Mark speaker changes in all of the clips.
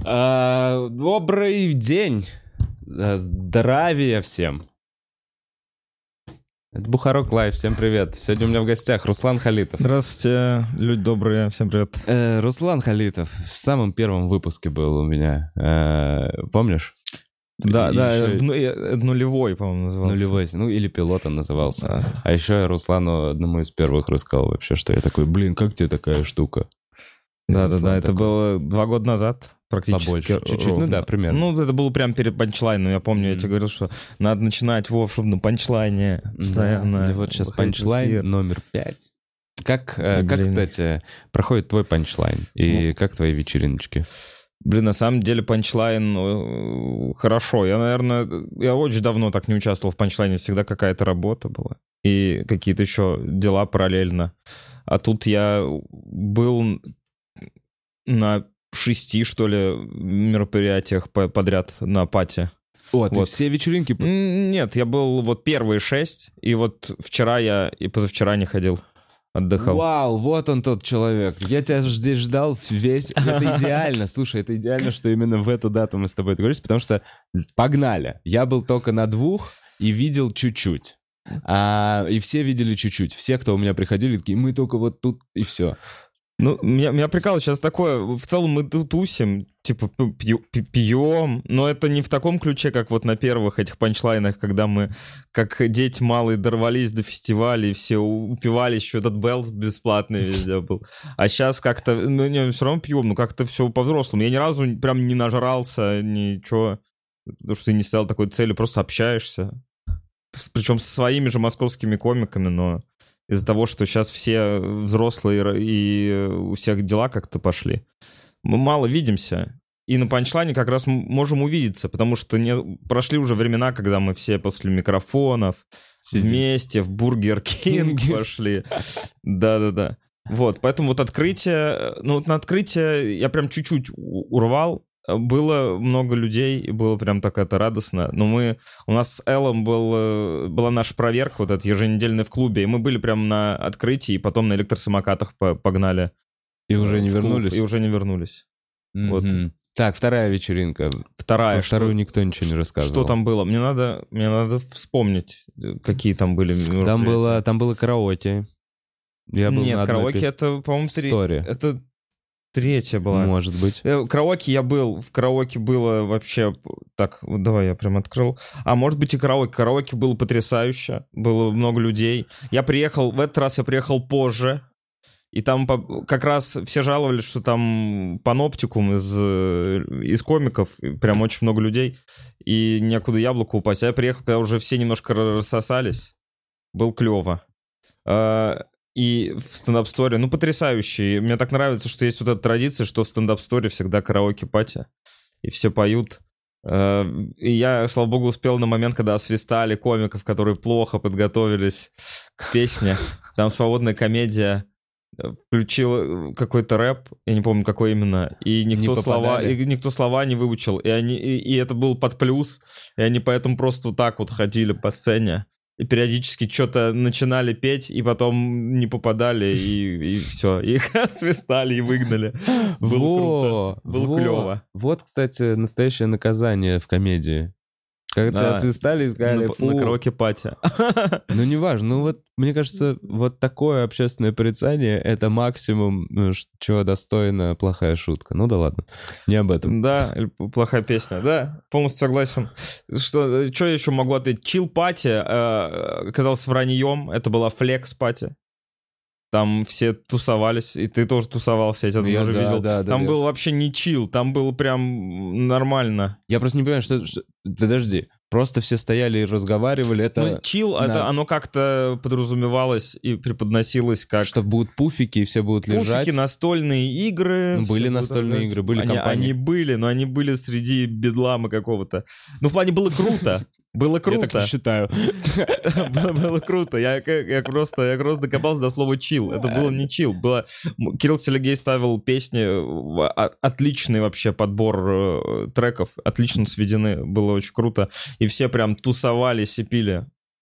Speaker 1: Добрый день. Здравия всем. Это Бухарок Лайв, всем привет. Сегодня у меня в гостях Руслан Халитов.
Speaker 2: Здравствуйте, люди добрые, всем привет.
Speaker 1: Руслан Халитов в самом первом выпуске был у меня, помнишь?
Speaker 2: Да,
Speaker 1: еще...
Speaker 2: нулевой, по-моему, назывался.
Speaker 1: Нулевой, ну или пилотом назывался.
Speaker 2: Да.
Speaker 1: А еще я Руслану одному из первых рассказал вообще, что я такой, как тебе такая штука?
Speaker 2: Да, это было 2 года назад. Практически.
Speaker 1: Побольше, чуть-чуть, ну да, примерно.
Speaker 2: Ну, это было прямо перед панчлайном, я помню, я тебе говорил, что надо начинать, чтобы на панчлайне постоянно.
Speaker 1: Да. И вот сейчас панчлайн номер 5. Как, кстати, проходит твой панчлайн? И как твои вечериночки?
Speaker 2: Блин, на самом деле панчлайн хорошо. Я очень давно так не участвовал в панчлайне, всегда какая-то работа была. И какие-то еще дела параллельно. А тут я был на 6, что ли, мероприятиях подряд на пати.
Speaker 1: О, ты все вечеринки?
Speaker 2: Нет, я был вот первые 6, и вот вчера я и позавчера не ходил, отдыхал.
Speaker 1: Вау, вот он тот человек. Я тебя здесь ждал весь... Это идеально, слушай, это идеально, что именно в эту дату мы с тобой договорились, потому что погнали. Я был только на 2 и видел чуть-чуть. И все видели чуть-чуть. Все, кто у меня приходили, такие, мы только вот тут, и все.
Speaker 2: Ну, меня прикалывает сейчас такое, в целом мы тут тусим, типа пьем, но это не в таком ключе, как вот на первых этих панчлайнах, когда мы, как дети малые, дорвались до фестивалей, все упивались, еще этот Беллс бесплатный везде был. А сейчас как-то, все равно пьем, но как-то все по-взрослому. Я ни разу прям не нажрался, ничего, потому что ты не ставил такой цели, просто общаешься. Причем со своими же московскими комиками, но... Из-за того, что сейчас все взрослые и у всех дела как-то пошли. Мы мало видимся. И на панчлайне как раз можем увидеться, потому что прошли уже времена, когда мы все после микрофонов вместе в Бургер Кинг пошли. Да. Вот, поэтому вот открытие... Ну вот на открытие я прям чуть-чуть урвал. Было много людей, и было прям так это радостно. Но у нас с Эллом была наша проверка, вот эта еженедельная в клубе, и мы были прям на открытии, и потом на электросамокатах погнали.
Speaker 1: И уже не вернулись?
Speaker 2: И уже не вернулись.
Speaker 1: Mm-hmm.
Speaker 2: Вот.
Speaker 1: Так, вторая вечеринка.
Speaker 2: Про
Speaker 1: вторую никто ничего не рассказывал.
Speaker 2: Что там было? Мне надо вспомнить, какие там были мероприятия.
Speaker 1: Там было караоке. Я был
Speaker 2: Нет, караоке это, по-моему, 3. Это 3 была.
Speaker 1: Может быть.
Speaker 2: Караоке я был. В караоке было вообще... Так, вот давай я прям открыл. Может быть и караоке. Караоке было потрясающе. Было много людей. В этот раз я приехал позже. И там как раз все жаловались, что там паноптикум из комиков. Прям очень много людей. И некуда яблоко упасть. А я приехал, когда уже все немножко рассосались. Было клево. И в стендап-сторе, потрясающий. Мне так нравится, что есть вот эта традиция, что в стендап-сторе всегда караоке-пати, и все поют. И я, слава богу, успел на момент, когда освистали комиков, которые плохо подготовились к песне. Там свободная комедия включил какой-то рэп, я не помню, какой именно, и никто слова не выучил. И это был под плюс, и они поэтому просто вот так вот ходили по сцене. И периодически что-то начинали петь, и потом не попадали, и все. Их свистали и выгнали. Было круто. Было клево.
Speaker 1: Вот, кстати, настоящее наказание в комедии. Когда тебя свистали и сказали, фу.
Speaker 2: На караоке-пати.
Speaker 1: Ну, неважно. Вот, мне кажется, вот такое общественное порицание — это максимум, чего достойна плохая шутка. Ну да ладно, не об этом.
Speaker 2: Да, плохая песня, да, полностью согласен. Что я еще могу ответить? Чил-пати оказался враньем, это была флекс-пати. Там все тусовались, и ты тоже тусовался, я тебя тоже видел. Там был вообще не чил, там было прям нормально.
Speaker 1: Я просто не понимаю, что... Подожди, просто все стояли и разговаривали, это...
Speaker 2: Чил, оно как-то подразумевалось и преподносилось как...
Speaker 1: Что будут пуфики, и все будут лежать.
Speaker 2: Пуфики, настольные игры.
Speaker 1: Были настольные игры, были компании.
Speaker 2: Они были, но они были среди бедлама какого-то. Ну, в плане было круто. Было круто.
Speaker 1: Я так не считаю.
Speaker 2: Было круто. Я просто докопался до слова чил. Это было не чил. Кирилл Селегей ставил песни, отличный вообще подбор треков, отлично сведены, было очень круто. И все прям тусовались и пили.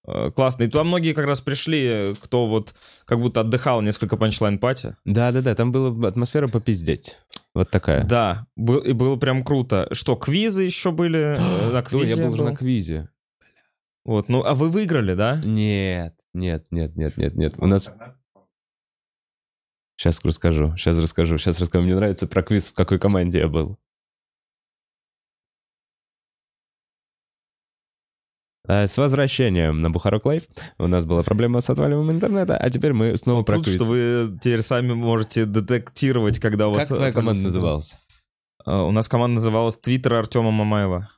Speaker 2: классно. И туда многие как раз пришли, кто вот как будто отдыхал несколько панчлайн-пати.
Speaker 1: Да-да-да, там была атмосфера попиздеть. Вот такая.
Speaker 2: Да, и было прям круто. Что, квизы еще были? На квизе
Speaker 1: я был уже на квизе.
Speaker 2: Вот, ну, а вы выиграли, да?
Speaker 1: Нет. У нас... Сейчас расскажу. Мне нравится про квиз, в какой команде я был. С возвращением на Бухарок Лайв. У нас была проблема с отваливанием интернета, а теперь мы снова про квиз.
Speaker 2: Что вы теперь сами можете детектировать, когда у вас...
Speaker 1: Как твоя команда называлась?
Speaker 2: У нас команда называлась «Твиттер Артема Мамаева».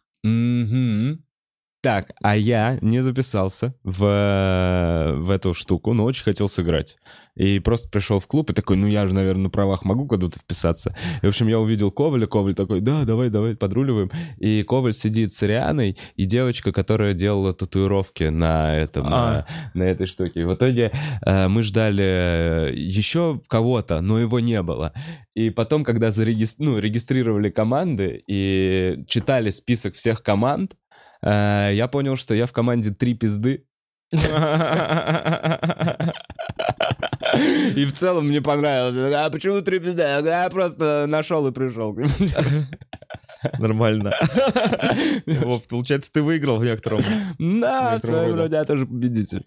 Speaker 1: Так, а я не записался в эту штуку, но очень хотел сыграть. И просто пришел в клуб и такой, ну я же, наверное, на правах могу куда-то вписаться. И, в общем, я увидел Коваля, Коваль такой, да, давай, подруливаем. И Коваль сидит с Рианой и девочка, которая делала татуировки на этой штуке. И в итоге мы ждали еще кого-то, но его не было. И потом, когда регистрировали команды и читали список всех команд, я понял, что я в команде 3 пизды. И в целом мне понравилось. А почему 3 пизды? Я просто нашел и пришел.
Speaker 2: Нормально. Вов, получается, ты выиграл в некотором...
Speaker 1: Да, в своем роде я тоже победитель.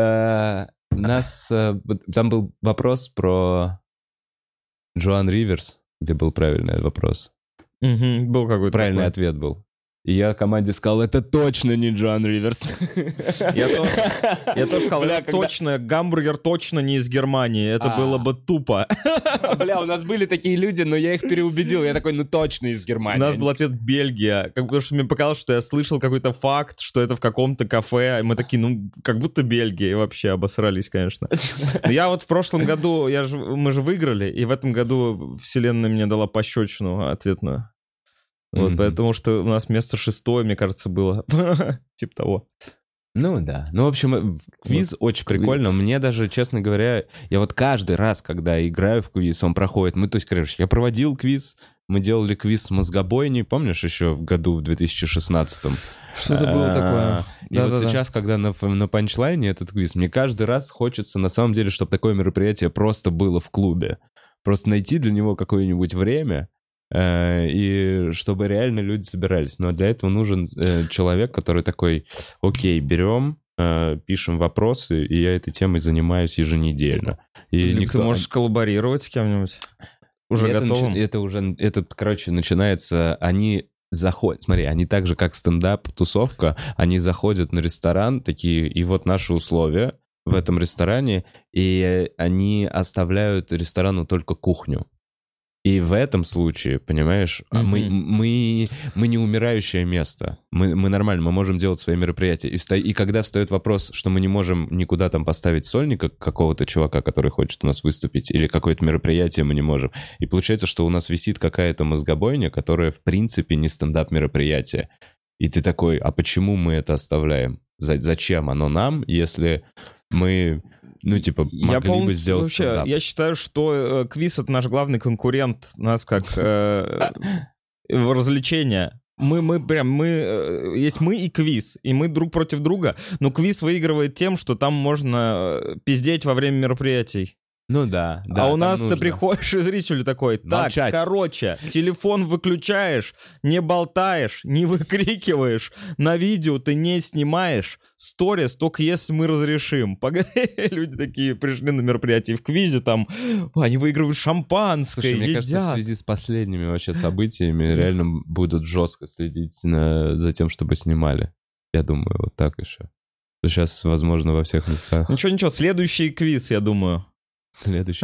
Speaker 1: Там был вопрос про Джоан Риверс, где был правильный вопрос.
Speaker 2: Был какой-то
Speaker 1: правильный ответ был. И я команде сказал, это точно не Джоан Риверс.
Speaker 2: Я тоже сказал, точно, гамбургер точно не из Германии. Это было бы тупо.
Speaker 1: Бля, у нас были такие люди, но я их переубедил. Я такой, ну точно из Германии.
Speaker 2: У нас был ответ Бельгия. Потому что мне показалось, что я слышал какой-то факт, что это в каком-то кафе. И мы такие, ну, как будто Бельгия. И вообще обосрались, конечно. Я вот в прошлом году, мы же выиграли, и в этом году вселенная мне дала пощечину ответную. Вот, потому что у нас место 6, мне кажется, было. Типа того.
Speaker 1: Ну да. Ну, в общем, квиз очень прикольно. Мне даже, честно говоря, я вот каждый раз, когда играю в квиз, он проходит. То есть, короче, я проводил квиз, мы делали квиз с мозгобойней, помнишь, еще в 2016-м?
Speaker 2: Что-то было такое.
Speaker 1: И вот сейчас, когда на панчлайне этот квиз, мне каждый раз хочется, на самом деле, чтобы такое мероприятие просто было в клубе. Просто найти для него какое-нибудь время, и чтобы реально люди собирались. Но для этого нужен человек, который такой, окей, берем, пишем вопросы, и я этой темой занимаюсь еженедельно. И
Speaker 2: Ты можешь коллаборировать с кем-нибудь? Уже готовым?
Speaker 1: Это, короче, начинается... Они заходят, смотри, они так же, как стендап-тусовка, они заходят на ресторан, такие, и вот наши условия в этом ресторане, и они оставляют ресторану только кухню. И в этом случае, понимаешь, мы не умирающее место. Мы нормально, мы можем делать свои мероприятия. И когда встает вопрос, что мы не можем никуда там поставить сольника какого-то чувака, который хочет у нас выступить, или какое-то мероприятие мы не можем. И получается, что у нас висит какая-то мозгобойня, которая в принципе не стендап-мероприятие. И ты такой, а почему мы это оставляем? Зачем оно нам, если мы... могли бы сделать стендап.
Speaker 2: Я считаю, что квиз — это наш главный конкурент, нас как развлечение. Есть мы и квиз, и мы друг против друга, но квиз выигрывает тем, что там можно пиздеть во время мероприятий.
Speaker 1: Ну да.
Speaker 2: А у нас ты приходишь и зритель такой, так, короче, телефон выключаешь, не болтаешь, не выкрикиваешь, на видео ты не снимаешь, сторис только если мы разрешим. Люди такие пришли на мероприятие в квизе, там, они выигрывают шампанское,
Speaker 1: Слушай, мне
Speaker 2: едят.
Speaker 1: кажется, в связи с последними вообще событиями реально будут жестко следить за тем, чтобы снимали. Я думаю, вот так еще. Сейчас, возможно, во всех местах.
Speaker 2: Ничего, следующий квиз, я думаю.
Speaker 1: Следующий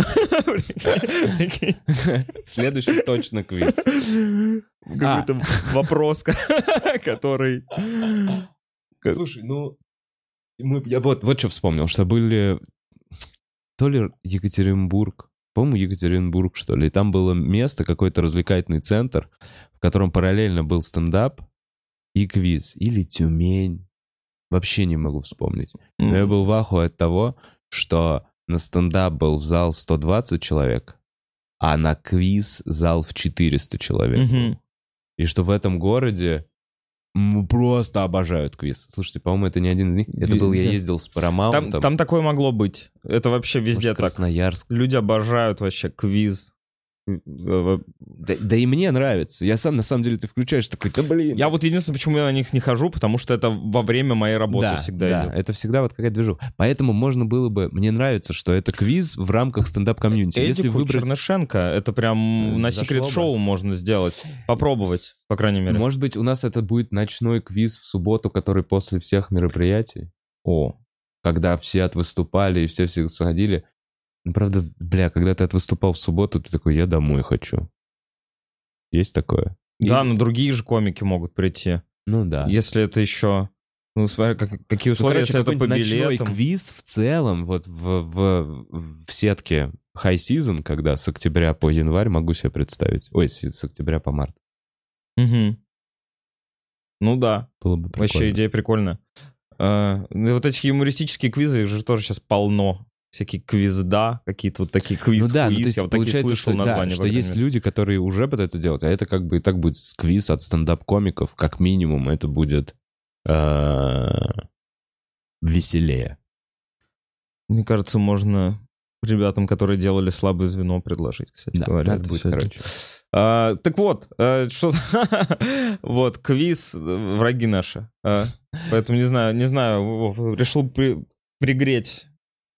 Speaker 1: точно квиз.
Speaker 2: Какой-то вопрос, который...
Speaker 1: Слушай, я вот что вспомнил, что были то ли Екатеринбург, по-моему, Екатеринбург, что ли, и там было место, какой-то развлекательный центр, в котором параллельно был стендап и квиз, или Тюмень, вообще не могу вспомнить. Но я был в ахуе от того, что на стендап был в зал 120 человек, а на квиз зал в 400 человек. И что в этом городе просто обожают квиз. Слушайте, по-моему, это не один из них. Это был, я ездил с Paramount.
Speaker 2: Там такое могло быть. Это вообще везде
Speaker 1: может,
Speaker 2: так.
Speaker 1: Красноярск.
Speaker 2: Люди обожают вообще квиз.
Speaker 1: Да и мне нравится. Я сам, на самом деле, ты включаешь такой, да блин.
Speaker 2: Я вот единственное, почему я на них не хожу, потому что это во время моей работы всегда идет.
Speaker 1: Да, это всегда вот какая-то движуха. Поэтому можно было бы... Мне нравится, что это квиз в рамках стендап-комьюнити.
Speaker 2: Если выбрать... Чернышенко, это прям на секрет-шоу можно сделать. Попробовать, по крайней мере.
Speaker 1: Может быть, у нас это будет ночной квиз в субботу, который после всех мероприятий. Когда все отвыступали и все сходили. Ну, правда, когда ты отвыступал в субботу, ты такой, я домой хочу. Есть такое?
Speaker 2: Да, но другие же комики могут прийти.
Speaker 1: Ну да.
Speaker 2: Если это еще... Ну, смотри, какие условия, если это по билетам.
Speaker 1: Ночной квиз в целом, вот в сетке High Season, когда с октября по январь, могу себе представить. Ой, с октября по март.
Speaker 2: Угу. Ну да.
Speaker 1: Было бы прикольно.
Speaker 2: Вообще идея прикольная. Вот эти юмористические квизы, их же тоже сейчас полно. Всякие квизда, какие-то вот такие квиз-квиз.
Speaker 1: Ну да, ну, то есть
Speaker 2: я вот
Speaker 1: получается,
Speaker 2: такие слышал названия.
Speaker 1: что есть люди, которые уже пытаются делать, а это как бы и так будет квиз от стендап-комиков, как минимум это будет веселее.
Speaker 2: Мне кажется, можно ребятам, которые делали слабое звено, предложить, кстати говоря.
Speaker 1: Да, это будет короче.
Speaker 2: Так вот, что вот, квиз «Враги наши». Поэтому не знаю, решил пригреть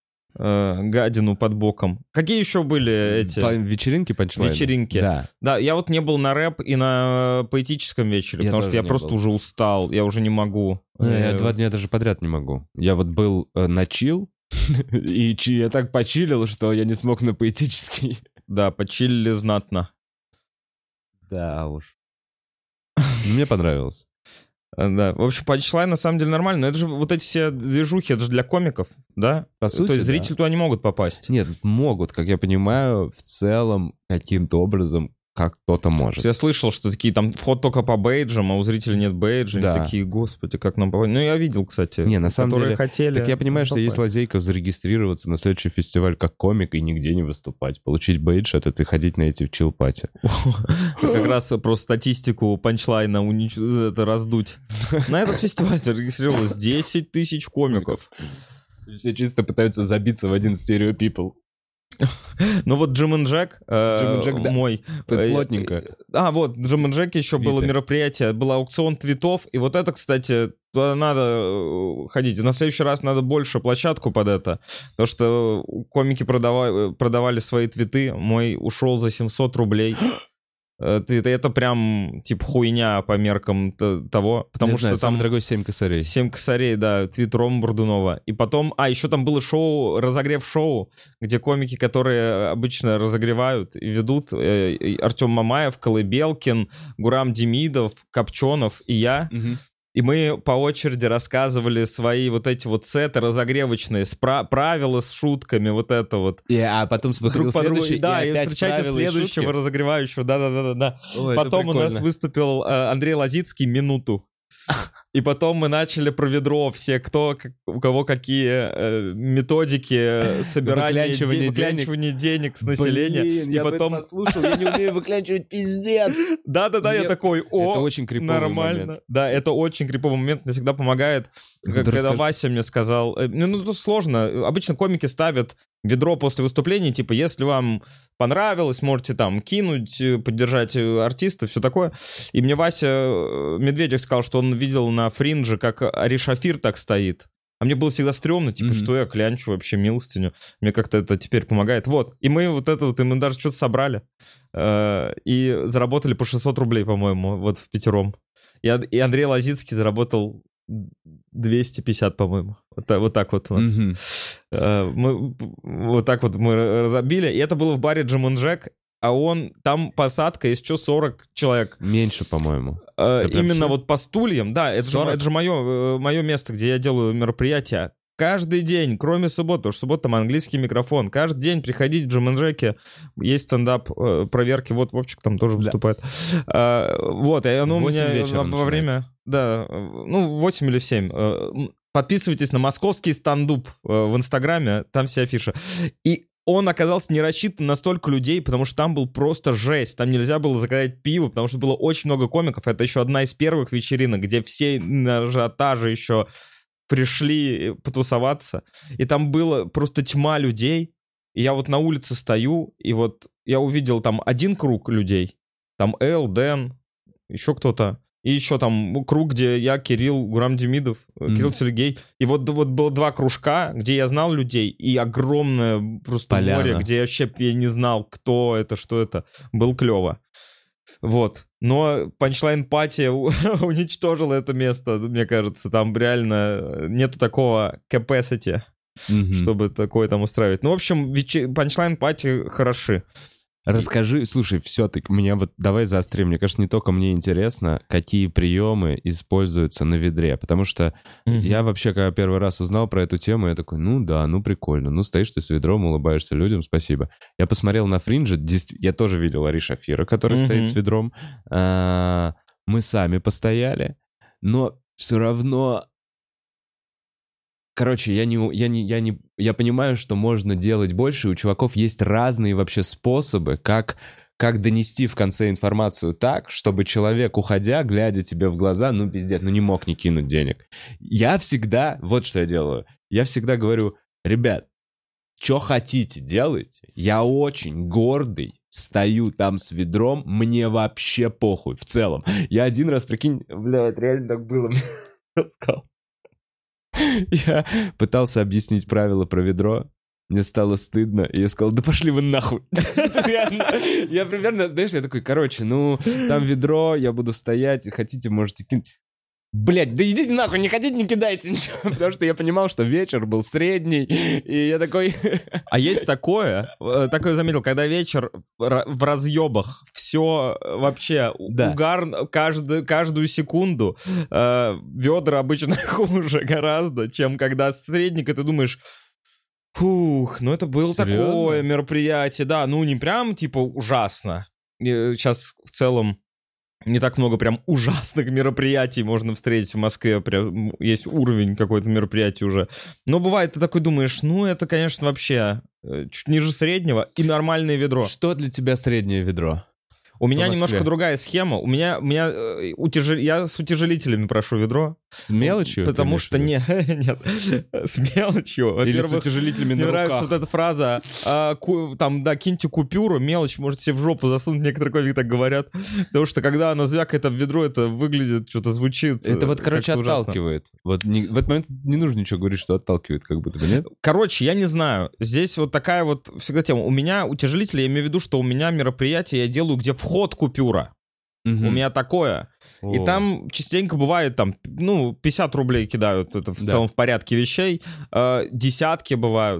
Speaker 2: гадину под боком. Какие еще были эти...
Speaker 1: Вечеринки панчлайны?
Speaker 2: Вечеринки. Да, я вот не был на рэп и на поэтическом вечере, потому что я просто уже устал, я уже не могу.
Speaker 1: Я 2 дня даже подряд не могу. Я вот был на чил, и я так почилил, что я не смог на поэтический.
Speaker 2: Да, почилили знатно.
Speaker 1: Да уж. Мне понравилось.
Speaker 2: Да, в общем, панчлайн на самом деле нормально, но это же вот эти все движухи, это же для комиков, да?
Speaker 1: По сути,
Speaker 2: то есть зрители туда не могут попасть.
Speaker 1: Нет, могут, как я понимаю, в целом каким-то образом как кто-то может.
Speaker 2: Я слышал, что такие там вход только по бейджам, а у зрителей нет бейджа,
Speaker 1: да.
Speaker 2: Они такие, господи, как нам попасть. Ну, я видел, кстати,
Speaker 1: не, на самом деле,
Speaker 2: хотели.
Speaker 1: Так я понимаю, что есть лазейка зарегистрироваться на следующий фестиваль как комик и нигде не выступать. Получить бейдж, это ты ходить на эти чил-пати.
Speaker 2: Как раз просто статистику панчлайна это раздуть. На этот фестиваль зарегистрировалось 10 тысяч комиков.
Speaker 1: Все чисто пытаются забиться в один стерео people.
Speaker 2: Ну вот Джим и Джек, мой...
Speaker 1: Плотненько.
Speaker 2: Вот, Джим и Джек еще было мероприятие, был аукцион твитов, и вот это, кстати, туда надо ходить. На следующий раз надо больше площадку под это, потому что комики продавали свои твиты, мой ушел за 700 рублей. Это прям, типа, хуйня по меркам того, потому что там...
Speaker 1: Самый дорогой 7 косарей.
Speaker 2: 7 косарей, да, твит Рома Бурдунова. И потом... еще там было шоу, разогрев-шоу, где комики, которые обычно разогревают и ведут, Артем Мамаев, Колыбелкин, Гурам Демидов, Копченов и я. И мы по очереди рассказывали свои вот эти вот сеты разогревочные, правила с шутками, вот это вот.
Speaker 1: А потом выходил следующий,
Speaker 2: да,
Speaker 1: и опять
Speaker 2: встречайте следующего разогревающего, да.
Speaker 1: Ой,
Speaker 2: потом у нас выступил Андрей Лозицкий минуту. И потом мы начали про ведро все, у кого какие методики собирания выклянчивания денег с населения.
Speaker 1: Блин, я потом послушал, я не умею выклянчивать, пиздец.
Speaker 2: Да, я такой,
Speaker 1: это очень криповый
Speaker 2: нормально.
Speaker 1: Момент.
Speaker 2: Да, это очень криповый момент, мне всегда помогает. Когда Вася мне сказал, ну, сложно, обычно комики ставят ведро после выступления, типа, если вам понравилось, можете там кинуть, поддержать артиста, все такое. И мне Вася Медведев сказал, что он видел на Фринже, как Ари Шафир так стоит. А мне было всегда стрёмно, типа, что я клянчу вообще милостыню. Мне как-то это теперь помогает. Вот, и мы вот это вот, и мы даже что-то собрали. И заработали по 600 рублей, по-моему, вот в пятером. И Андрей Лозицкий заработал 250, по-моему. Вот так вот у нас. Вот так вот мы разобили. И это было в баре Джим и Джек. А там посадка есть 40 человек.
Speaker 1: Меньше, по-моему.
Speaker 2: Именно вот по стульям. Да, это же мое место, где я делаю мероприятия. Каждый день, кроме субботы, потому что суббота там английский микрофон. Каждый день приходить в Джим и Джеке. Есть стендап проверки. Вот Вовчик там тоже выступает. Вот, и оно у меня во время... Да, 8 или 7. Подписывайтесь на московский стендап в Инстаграме, там все афиши. И он оказался не рассчитан на столько людей, потому что там был просто жесть. Там нельзя было заказать пиво, потому что было очень много комиков. Это еще одна из первых вечеринок, где все на ажиотаже еще пришли потусоваться. И там было просто тьма людей. И я вот на улице стою, и вот я увидел там один круг людей. Там Эл, Дэн, еще кто-то. И еще там круг, где я, Кирилл, Гурам Демидов, Кирилл Сергей. И вот было 2 кружка, где я знал людей, и огромное просто
Speaker 1: Поляна.
Speaker 2: море, где я не знал, кто это, что это. Было клево. Вот. Но панчлайн-пати уничтожила это место, мне кажется. Там реально нету такого capacity, чтобы такое там устраивать. Ну, в общем, панчлайн-пати хороши.
Speaker 1: Расскажи, слушай, все-таки, меня вот давай заострим. Мне кажется, не только мне интересно, какие приемы используются на ведре, потому что я вообще, когда первый раз узнал про эту тему, я такой, ну да, ну прикольно, ну стоишь ты с ведром, улыбаешься людям, спасибо. Я посмотрел на Фринже, я тоже видел Ари Шафира, который стоит с ведром, мы сами постояли, но все равно... Короче, я понимаю, что можно делать больше, у чуваков есть разные вообще способы, как донести в конце информацию так, чтобы человек, уходя, глядя тебе в глаза, ну, пиздец, ну, не мог не кинуть денег. Я всегда, вот что я делаю, я всегда говорю, ребят, что хотите делайте, я очень гордый, стою там с ведром, мне вообще похуй, в целом. Я один раз, прикинь, блядь, реально так было, мне рассказал. Я пытался объяснить правила про ведро, мне стало стыдно, и я сказал, да пошли вы нахуй. Реально. Я примерно, знаешь, я такой, короче, ну, там ведро, я буду стоять, хотите, можете кинуть. Блять, да идите нахуй, не хотите, не кидайте ничего. Потому что я понимал, что вечер был средний, и я такой...
Speaker 2: А есть такое заметил, когда вечер в разъебах, все вообще угар каждую секунду, ведра обычно хуже гораздо, чем когда средник, и ты думаешь... Фух, ну это было такое мероприятие, да, ну не прям типа ужасно. Сейчас в целом не так много прям ужасных мероприятий можно встретить в Москве, прям есть уровень какой-то мероприятия уже. Но бывает, ты такой думаешь, ну это, конечно, вообще чуть ниже среднего и нормальное ведро.
Speaker 1: Что для тебя среднее ведро?
Speaker 2: У меня немножко другая схема. Я с утяжелителями прошу ведро.
Speaker 1: С мелочью?
Speaker 2: Потому что нет, с мелочью.
Speaker 1: Или с утяжелителями на руках.
Speaker 2: Мне нравится вот эта фраза, там, да, киньте купюру, мелочь можете себе в жопу засунуть, некоторые коллеги так говорят. Потому что когда она звякает в ведро, это выглядит, что-то звучит.
Speaker 1: Это вот, короче, отталкивает. Вот в этот момент не нужно ничего говорить, что отталкивает, как будто бы, нет?
Speaker 2: Короче, я не знаю. Здесь вот такая вот всегда тема. У меня утяжелители, я имею в виду, что у меня мероприятие я делаю, где вход купюра. У меня такое. И там частенько бывает, там, 50 рублей кидают, это в целом в порядке вещей. Десятки бывают.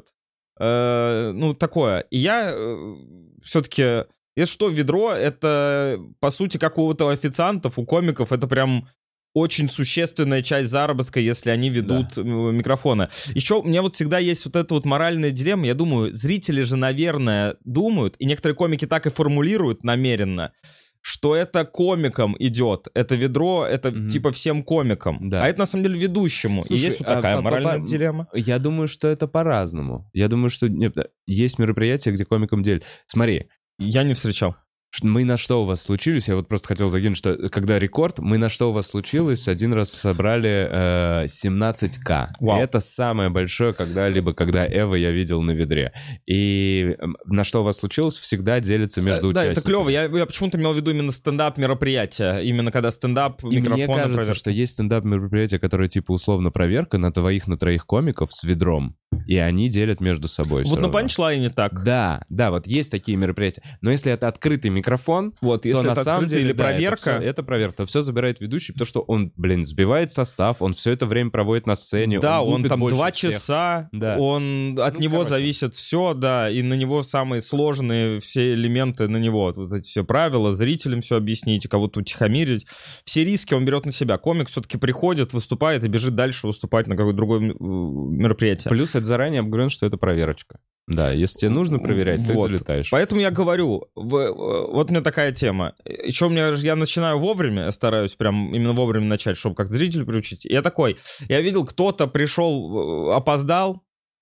Speaker 2: Такое. И я все-таки... Если что, ведро, это, по сути, как у официантов, у комиков, это прям очень существенная часть заработка, если они ведут микрофоны. Еще у меня вот всегда есть вот эта вот моральная дилемма. Я думаю, зрители же, наверное, думают, и некоторые комики так и формулируют намеренно, что это комикам идет, это ведро, это типа всем комикам. Да. А это на самом деле ведущему. Слушай, и есть вот такая моральная дилемма.
Speaker 1: Я думаю, что это по-разному. Я думаю, что есть мероприятия, где комикам делят. Смотри.
Speaker 2: Я не встречал.
Speaker 1: Мы на что у вас случились? Я вот просто хотел закинуть, что когда рекорд, мы на что у вас случилось, один раз собрали 17К.
Speaker 2: Вау.
Speaker 1: Это самое большое когда-либо, когда Эва я видел на ведре. И на что у вас случилось, всегда делится между участниками.
Speaker 2: Да, это клево. Я почему-то имел в виду именно стендап-мероприятия. Именно когда стендап, микрофон.
Speaker 1: Мне кажется, проверка. Что есть стендап-мероприятия, которые типа условно проверка на двоих, на троих комиков с ведром. И они делят между собой.
Speaker 2: Вот на панчлайне так.
Speaker 1: Да, вот есть такие мероприятия. Но если это открытый микрофон,
Speaker 2: вот, если
Speaker 1: то
Speaker 2: это
Speaker 1: на самом деле
Speaker 2: или проверка,
Speaker 1: это проверка, то все забирает ведущий, потому что он, сбивает состав, он все это время проводит на сцене.
Speaker 2: Да, он там 2 часа,
Speaker 1: да.
Speaker 2: Он от него зависит все, да, и на него самые сложные все элементы на него. Вот эти все правила, зрителям все объяснить, кого-то утихомирить. Все риски он берет на себя. Комик все-таки приходит, выступает и бежит дальше выступать на какое-то другое мероприятие.
Speaker 1: Плюс это заранее обговорено, что это проверочка. Да, если тебе нужно проверять, ты залетаешь.
Speaker 2: Поэтому я говорю, вот у меня такая тема. Еще я начинаю вовремя, я стараюсь прям именно вовремя начать, чтобы как зрителя приучить. Я такой, я видел, кто-то пришел, опоздал,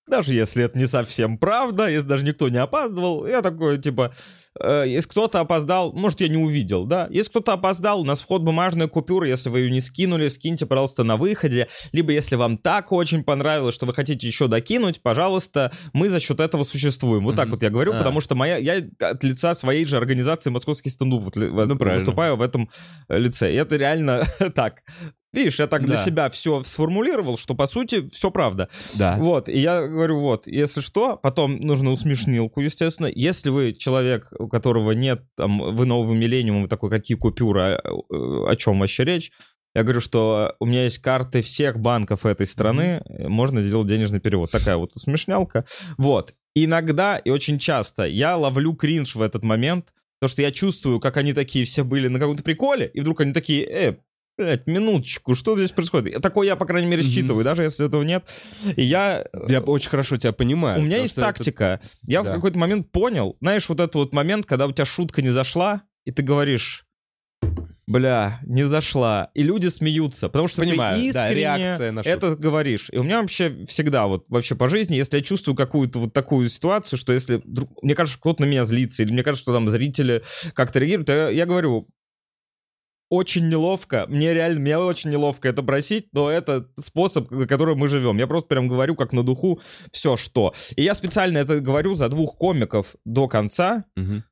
Speaker 2: даже если это не совсем правда, если даже никто не опаздывал, я такой, типа, если кто-то опоздал, может, я не увидел, да? Если кто-то опоздал, у нас вход бумажная купюра, если вы ее не скинули, скиньте, пожалуйста, на выходе, либо если вам так очень понравилось, что вы хотите еще докинуть, пожалуйста, мы за счет этого существуем. Вот так вот я говорю, потому что я от лица своей же организации «Московский стендап» выступаю в этом лице. И это реально так. Видишь, я так для себя все сформулировал, что, по сути, все правда.
Speaker 1: Да.
Speaker 2: Вот, и я говорю, вот, если что, потом нужно усмешнилку, естественно. Если вы человек, у которого нет, там, вы новый миллениум, вы такой, какие купюры, о чем вообще речь? Я говорю, что у меня есть карты всех банков этой страны, можно сделать денежный перевод. Такая вот усмешнялка. Вот. Иногда и очень часто я ловлю кринж в этот момент, потому что я чувствую, как они такие все были на каком-то приколе, и вдруг они такие, блять, минуточку, что здесь происходит? Такое я, по крайней мере, считываю, даже если этого нет. И я
Speaker 1: очень хорошо тебя понимаю.
Speaker 2: У меня есть тактика. Я в какой-то момент понял, знаешь, вот этот вот момент, когда у тебя шутка не зашла, и ты говоришь, бля, не зашла. И люди смеются, потому что
Speaker 1: понимаю,
Speaker 2: ты искренне
Speaker 1: реакция на шутку.
Speaker 2: Это говоришь. И у меня вообще всегда, вот вообще по жизни, если я чувствую какую-то вот такую ситуацию, что если мне кажется, что кто-то на меня злится, или мне кажется, что там зрители как-то реагируют, я говорю, очень неловко, мне очень неловко это просить, но это способ, на который мы живем. Я просто прям говорю, как на духу, все что. И я специально это говорю за двух комиков до конца,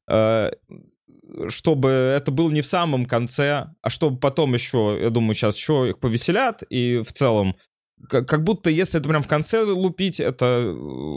Speaker 2: чтобы это было не в самом конце, а чтобы потом еще, я думаю, сейчас еще их повеселят, и в целом, как будто если это прям в конце лупить, это...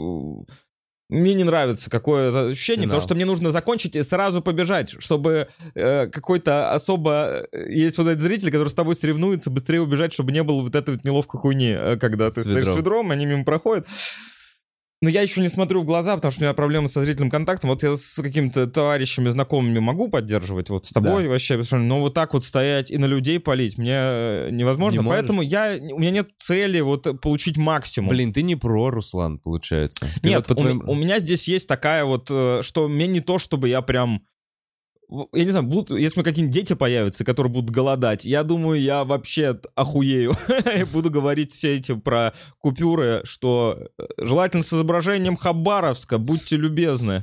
Speaker 2: Мне не нравится какое-то ощущение, потому что мне нужно закончить и сразу побежать, чтобы какой-то особо... Есть вот эти зрители, которые с тобой соревнуются, быстрее убежать, чтобы не было вот этой вот неловкой хуйни, когда ты стоишь с ведром, они мимо проходят. Но я еще не смотрю в глаза, потому что у меня проблемы со зрительным контактом. Вот я с какими-то товарищами, знакомыми могу поддерживать, вот с тобой вообще, но вот так вот стоять и на людей палить мне невозможно.
Speaker 1: Не
Speaker 2: поэтому у меня нет цели вот получить максимум.
Speaker 1: Блин, ты не про, Руслан, получается.
Speaker 2: Нет, у меня здесь есть такая вот, что мне не то, чтобы я прям... Я не знаю, если у меня какие-нибудь дети появятся, которые будут голодать, я думаю, я вообще охуею. И буду говорить все эти про купюры, что желательно с изображением Хабаровска, будьте любезны.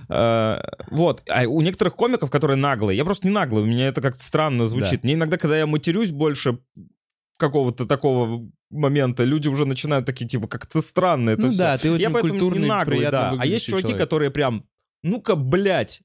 Speaker 2: Вот. А у некоторых комиков, которые наглые, я просто не наглый, у меня это как-то странно звучит. Мне иногда, когда я матерюсь больше какого-то такого момента, люди уже начинают такие, типа, как-то странно это все.
Speaker 1: Да, ты очень культурный,
Speaker 2: не наглый,
Speaker 1: приятно
Speaker 2: да. А есть чуваки,
Speaker 1: человек,
Speaker 2: которые прям, ну-ка, блядь,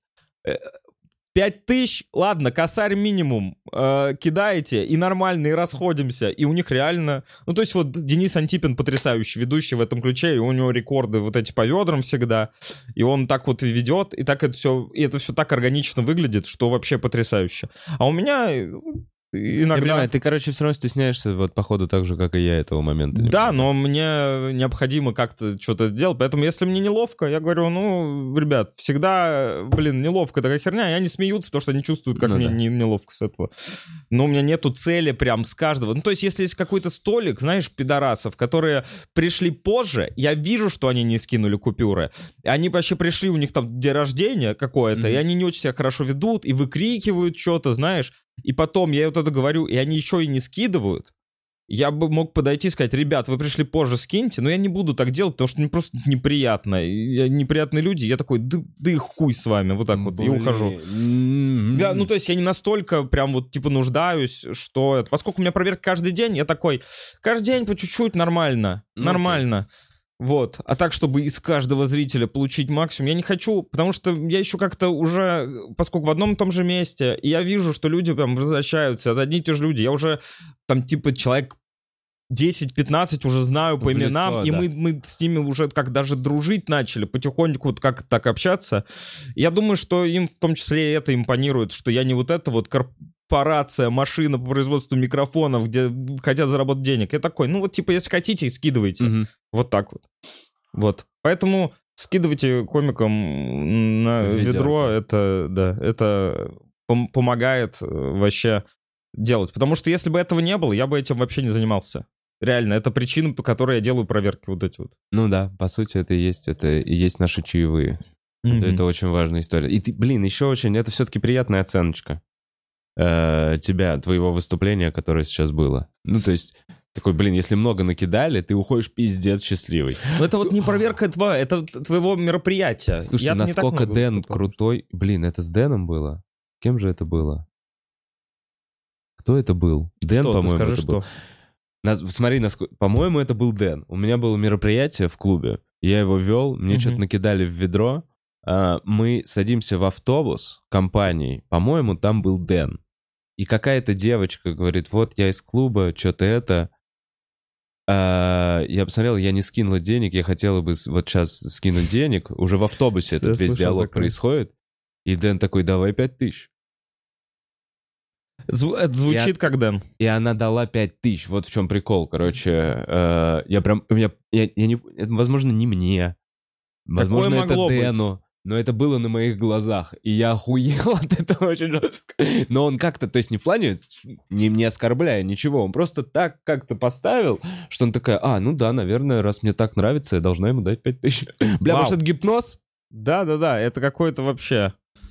Speaker 2: 5000, ладно, косарь минимум, кидаете, и нормально, и расходимся, и у них реально... Ну, то есть вот Денис Антипин потрясающий ведущий в этом ключе, и у него рекорды вот эти по ведрам всегда, и он так вот ведет, и так это все так органично выглядит, что вообще потрясающе. А у меня... Иногда...
Speaker 1: Я понимаю, ты, короче, все равно стесняешься, вот, походу, так же, как и я этого момента.
Speaker 2: Да, но мне необходимо как-то что-то делать, поэтому если мне неловко, я говорю, ну, ребят, всегда, неловко такая херня, и они смеются, потому что они чувствуют, как мне неловко с этого. Но у меня нету цели прям с каждого. Ну, то есть, если есть какой-то столик, знаешь, пидорасов, которые пришли позже, я вижу, что они не скинули купюры, они вообще пришли, у них там день рождения какое-то, и они не очень себя хорошо ведут, и выкрикивают что-то, знаешь, и потом я вот это говорю, и они еще и не скидывают, я бы мог подойти и сказать, ребят, вы пришли позже, скиньте, но я не буду так делать, потому что мне просто неприятно. Неприятные люди, я такой, да их хуй с вами, вот так вот, и ухожу. Ну, то есть я не настолько прям вот, типа, нуждаюсь, что... Поскольку у меня проверка каждый день, я такой, каждый день по чуть-чуть нормально, нормально. Вот, а так, чтобы из каждого зрителя получить максимум, я не хочу, потому что я еще как-то уже, поскольку в одном и том же месте, и я вижу, что люди прям возвращаются, это одни и те же люди, я уже там типа человек 10-15 уже знаю по именам, лицо, и мы с ними уже как даже дружить начали, потихоньку вот как так общаться. Я думаю, что им в том числе это импонирует, что я не вот это вот корпорация, машина по производству микрофонов, где хотят заработать денег. Я такой, ну вот типа если хотите, скидывайте. Вот так вот. Вот. Поэтому скидывайте комикам на ведро, это помогает вообще делать. Потому что если бы этого не было, я бы этим вообще не занимался. Реально, это причина, по которой я делаю проверки вот эти вот.
Speaker 1: Ну да, по сути, это и есть наши чаевые. Это очень важная история. И ты, еще очень, это все-таки приятная оценочка. тебя, твоего выступления, которое сейчас было. Ну, то есть, такой, блин, если много накидали, ты уходишь пиздец счастливый.
Speaker 2: Но это вот не проверка это твоего мероприятия.
Speaker 1: Слушайте, насколько Дэн крутой. Блин, это с Дэном было? Кем же это было? Кто это был? Дэн, по-моему,
Speaker 2: скажи,
Speaker 1: это
Speaker 2: что?
Speaker 1: был. Смотри, по-моему, это был Дэн. У меня было мероприятие в клубе. Я его вел, мне что-то накидали в ведро. Мы садимся в автобус компанией. По-моему, там был Дэн. И какая-то девочка говорит, вот я из клуба, что-то это. Я посмотрел, я не скинула денег, я хотела бы вот сейчас скинуть денег. Уже в автобусе этот весь диалог происходит. И Дэн такой, давай 5000.
Speaker 2: Это звучит как Дэн.
Speaker 1: И она дала 5000. Вот в чем прикол, короче. Я прям... это, возможно, не мне. Возможно, это Дэну. Но это было на моих глазах. И я охуел от этого очень жестко. Но он как-то, то есть не в плане, не оскорбляя ничего, он просто так как-то поставил, что он такая, ну да, наверное, раз мне так нравится, я должна ему дать 5000. Бля, может, это гипноз?
Speaker 2: Да, это какой-то вообще...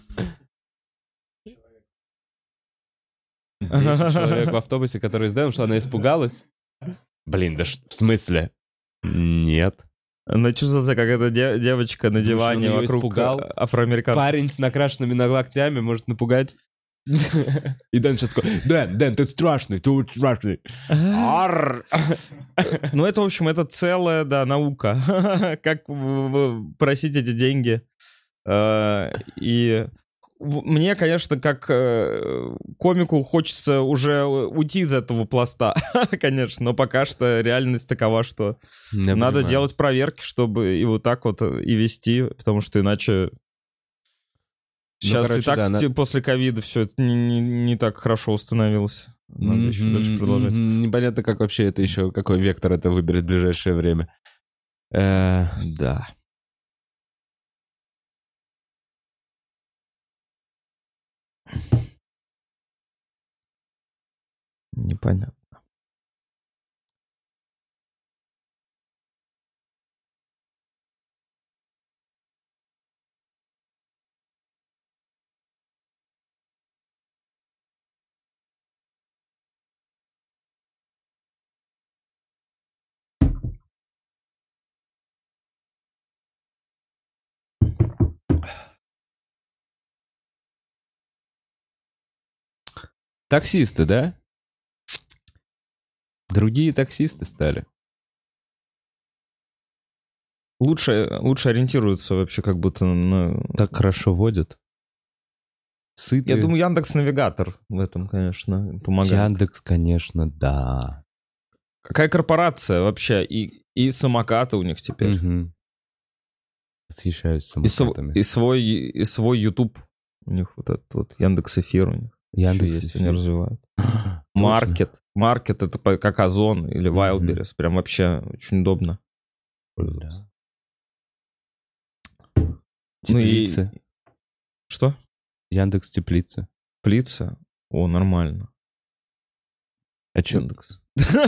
Speaker 1: 10 человек в автобусе, который с Дэном, что она испугалась. Блин, да в смысле? Нет.
Speaker 2: Она чувствовала, как эта девочка на диване вокруг афроамериканцев.
Speaker 1: Парень с накрашенными ногтями может напугать. И Дэн сейчас такой, Дэн, ты страшный, ты страшный.
Speaker 2: Ну, это, в общем, это целая, да, наука. Как просить эти деньги. И мне, конечно, как комику хочется уже уйти из этого пласта, конечно, но пока что реальность такова, что надо делать проверки, чтобы и вот так вот и вести, потому что иначе сейчас и так после ковида все это не так хорошо установилось. Надо еще дальше продолжать.
Speaker 1: Непонятно, как вообще это еще, какой вектор это выберет в ближайшее время. Да.
Speaker 2: Непонятно.
Speaker 1: Таксисты, да? Другие таксисты стали.
Speaker 2: Лучше ориентируются вообще как будто на...
Speaker 1: Так хорошо водят. Сытые.
Speaker 2: Я думаю, Яндекс.Навигатор в этом, конечно, помогает.
Speaker 1: Яндекс, конечно, да.
Speaker 2: Какая корпорация вообще? И самокаты у них теперь.
Speaker 1: Угу. Восхищаюсь самокатами.
Speaker 2: И свой YouTube. У них вот этот вот Яндекс.Эфир у них.
Speaker 1: Яндекс
Speaker 2: есть, они развивают. Маркет это как Озон или Wildberries. Прям вообще очень удобно.
Speaker 1: Да. Теплицы.
Speaker 2: Что?
Speaker 1: Яндекс Теплицы.
Speaker 2: Теплица? О, нормально.
Speaker 1: А че?
Speaker 2: Яндекс.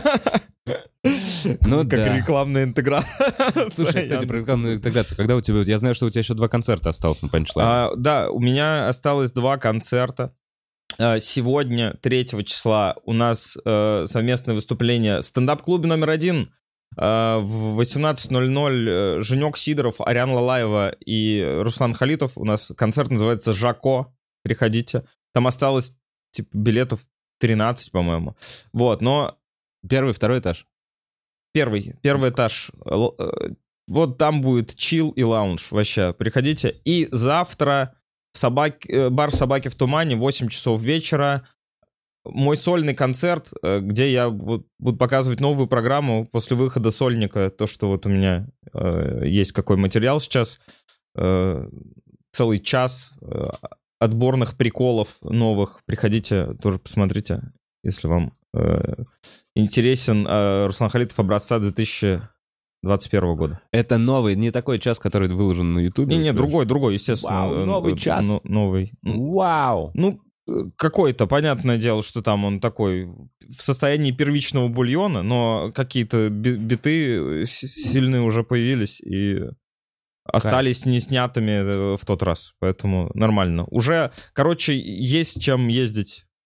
Speaker 1: Ну
Speaker 2: как рекламная интеграция.
Speaker 1: Слушай, кстати, про рекламную интеграцию. Когда у тебя... Я знаю, что у тебя еще 2 концерта осталось на панчлайне.
Speaker 2: Да, у меня осталось 2 концерта. Сегодня, 3 числа, у нас совместное выступление в стендап-клубе номер 1 в 18:00. Женек Сидоров, Ариана Лалаева и Руслан Халитов. У нас концерт называется «Жако». Приходите. Там осталось, типа, билетов 13, по-моему. Вот, но...
Speaker 1: 1-й, 2-й этаж?
Speaker 2: Первый этаж. Вот там будет чил и лаунж. Вообще, приходите. И завтра... бар «Собаки в тумане», 8 часов вечера. Мой сольный концерт, где я буду показывать новую программу после выхода сольника. То, что вот у меня есть какой материал сейчас. Целый час отборных приколов новых. Приходите, тоже посмотрите, если вам интересен Руслан Халитов образца 2021 года.
Speaker 1: Это новый, не такой час, который выложен на Ютубе?
Speaker 2: Не, другой, естественно.
Speaker 1: Вау, новый час.
Speaker 2: Новый.
Speaker 1: Вау.
Speaker 2: Ну, какой-то, понятное дело, что там он такой в состоянии первичного бульона, но какие-то биты сильные уже появились и остались не снятыми в тот раз. Поэтому нормально. Уже, короче, есть чем ездить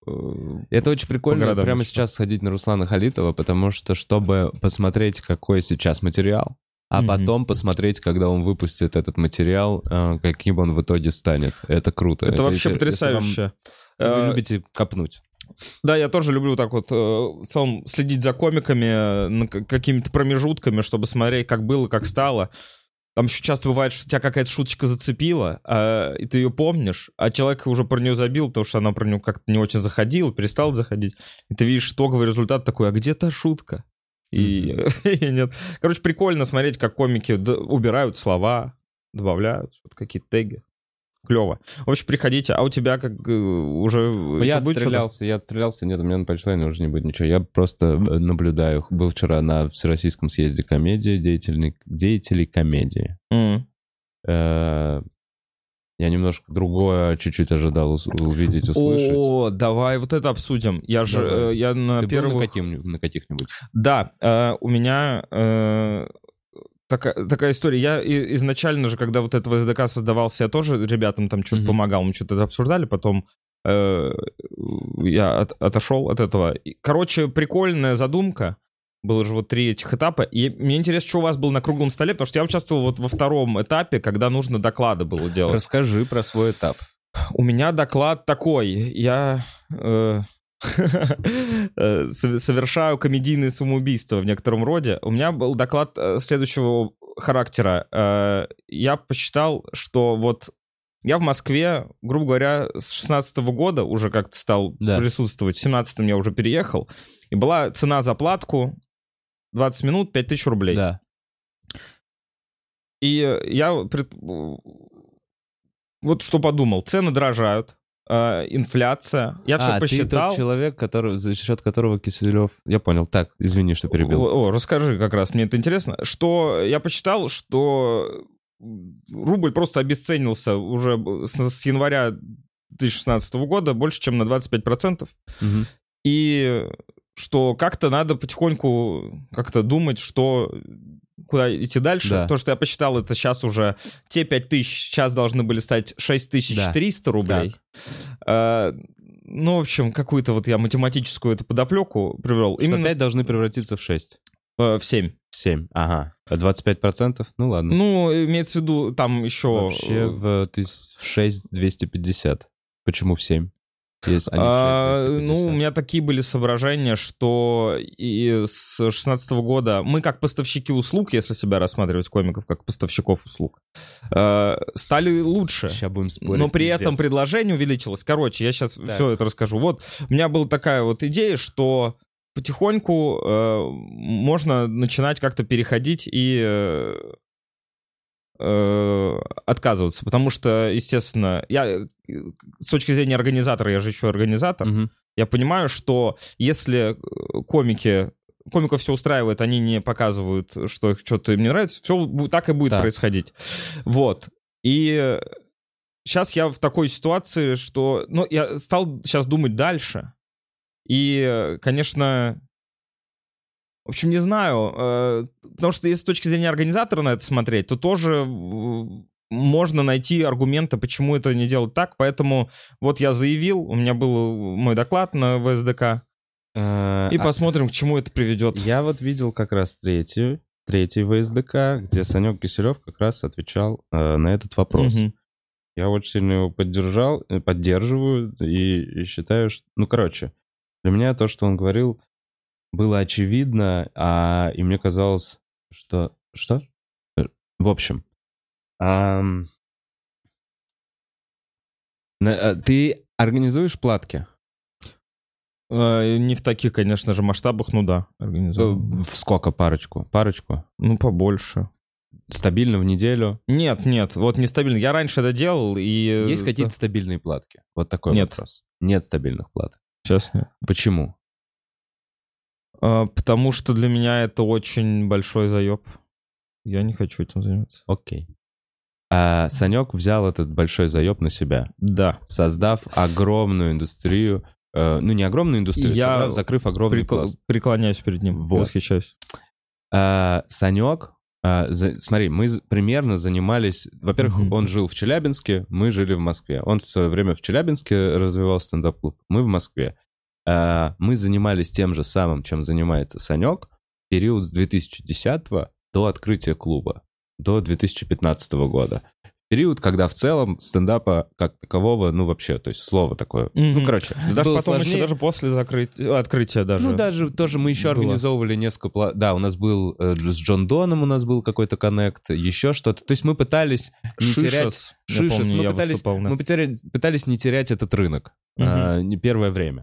Speaker 1: Это очень прикольно
Speaker 2: городам
Speaker 1: прямо
Speaker 2: еще.
Speaker 1: сейчас сходить на Руслана Халитова, потому что, чтобы посмотреть, какой сейчас материал, а потом посмотреть, когда он выпустит этот материал, каким он в итоге станет. Это круто.
Speaker 2: Это вообще
Speaker 1: если
Speaker 2: потрясающе.
Speaker 1: вы любите копнуть.
Speaker 2: Да, я тоже люблю так вот в целом следить за комиками, какими-то промежутками, чтобы смотреть, как было, как стало. Там еще часто бывает, что тебя какая-то шуточка зацепила, и ты ее помнишь, а человек уже про нее забил, потому что она про нее как-то не очень заходила, перестала заходить. И ты видишь итоговый результат такой, а где та шутка? И нет. Короче, прикольно смотреть, как комики убирают слова, добавляют что-то, какие-то теги. Клево. В общем, приходите. А у тебя как уже...
Speaker 1: Я отстрелялся. Нет, у меня на панчлайне уже не будет ничего. Я просто наблюдаю. Был вчера на Всероссийском съезде комедии, деятелей комедии. Я немножко другое чуть-чуть ожидал увидеть, услышать.
Speaker 2: О, давай вот это обсудим. Я на
Speaker 1: Ты
Speaker 2: первых...
Speaker 1: был на каких-нибудь?
Speaker 2: Да, у меня... Такая история. Я изначально же, когда вот этот ВСДК создавался, я тоже ребятам там что-то помогал, мы что-то обсуждали, потом я отошел от этого. Короче, прикольная задумка. Было же вот 3 этих этапа. И мне интересно, что у вас было на круглом столе, потому что я участвовал вот во 2-м этапе, когда нужно доклады было делать.
Speaker 1: Расскажи про свой этап.
Speaker 2: У меня доклад такой. Я... совершаю комедийное самоубийство в некотором роде. У меня был доклад следующего характера. Я посчитал, что вот я в Москве, грубо говоря, с 16-го года уже как-то стал присутствовать. В 17-м я уже переехал. И была цена за платку 20 минут, 5000 рублей.
Speaker 1: Да.
Speaker 2: И я вот что подумал. Цены дорожают. Инфляция. Я все посчитал.
Speaker 1: Ты тот человек, за счет которого Киселев... Я понял. Так, извини, что перебил.
Speaker 2: Расскажи как раз, мне это интересно. Что я посчитал, что рубль просто обесценился уже с января 2016 года больше, чем на 25%. И что как-то надо потихоньку как-то думать, куда идти дальше.
Speaker 1: Да.
Speaker 2: То, что я посчитал, это сейчас уже те 5000 сейчас должны были стать 6300 рублей. Ну, в общем, какую-то вот я математическую эту подоплеку привел.
Speaker 1: Что именно 5 должны превратиться в 6.
Speaker 2: В 7.
Speaker 1: 7, ага. А 25%? Ну, ладно.
Speaker 2: Ну, имеется в виду, там еще...
Speaker 1: Вообще в 6250. Почему в 7? Есть,
Speaker 2: ну, у меня такие были соображения, что и с 2016 года мы как поставщики услуг, если себя рассматривать комиков как поставщиков услуг, стали лучше.
Speaker 1: Сейчас будем спорить.
Speaker 2: Но при этом предложение увеличилось. Короче, я сейчас все это расскажу. Вот, у меня была такая вот идея, что потихоньку можно начинать как-то переходить и отказываться, потому что, естественно, я с точки зрения организатора, я же еще организатор, я понимаю, что если комиков все устраивает, они не показывают, что что-то им не нравится, все так и будет происходить. Вот. И сейчас я в такой ситуации, что... Ну, я стал сейчас думать дальше. И, конечно... В общем, не знаю, потому что если с точки зрения организатора на это смотреть, то тоже можно найти аргументы, почему это не делать так, поэтому вот я заявил, у меня был мой доклад на ВСДК, и посмотрим, к чему это приведет.
Speaker 1: Я вот видел как раз третий ВСДК, где Санек Киселев как раз отвечал на этот вопрос. Я очень сильно его поддерживаю и считаю, что... Ну, короче, для меня то, что он говорил, было очевидно, и мне казалось, что... Что? В общем, ты организуешь платки?
Speaker 2: Не в таких, конечно же, масштабах, ну да, организую.
Speaker 1: В сколько? Парочку?
Speaker 2: Ну, побольше.
Speaker 1: Стабильно в неделю?
Speaker 2: Нет, вот нестабильно. Я раньше это делал, и...
Speaker 1: Есть какие-то стабильные платки? Вот такой вопрос. Нет стабильных платок.
Speaker 2: Сейчас нет.
Speaker 1: Почему?
Speaker 2: Потому что для меня это очень большой заеб. Я не хочу этим заниматься.
Speaker 1: Окей. А Санек взял этот большой заеб на себя.
Speaker 2: Да.
Speaker 1: Создав огромную индустрию. Ну, не огромную индустрию, закрыв огромный пласт.
Speaker 2: Преклоняюсь перед ним.
Speaker 1: Вот.
Speaker 2: Восхищаюсь.
Speaker 1: Санек Смотри, мы примерно занимались... Во-первых, он жил в Челябинске, мы жили в Москве. Он в свое время в Челябинске развивал стендап-клуб, мы в Москве. Мы занимались тем же самым, чем занимается Санек, в период с 2010 до открытия клуба, до 2015 года. Период, когда в целом стендапа как такового, ну вообще, то есть слово такое, ну короче.
Speaker 2: Даже потом еще даже после открытия даже.
Speaker 1: Ну даже тоже мы еще организовывали несколько... Да, у нас был с Джон Доном у нас был какой-то коннект, еще что-то. То есть мы пытались не терять...
Speaker 2: Шишес,
Speaker 1: мы пытались не терять этот рынок не первое время.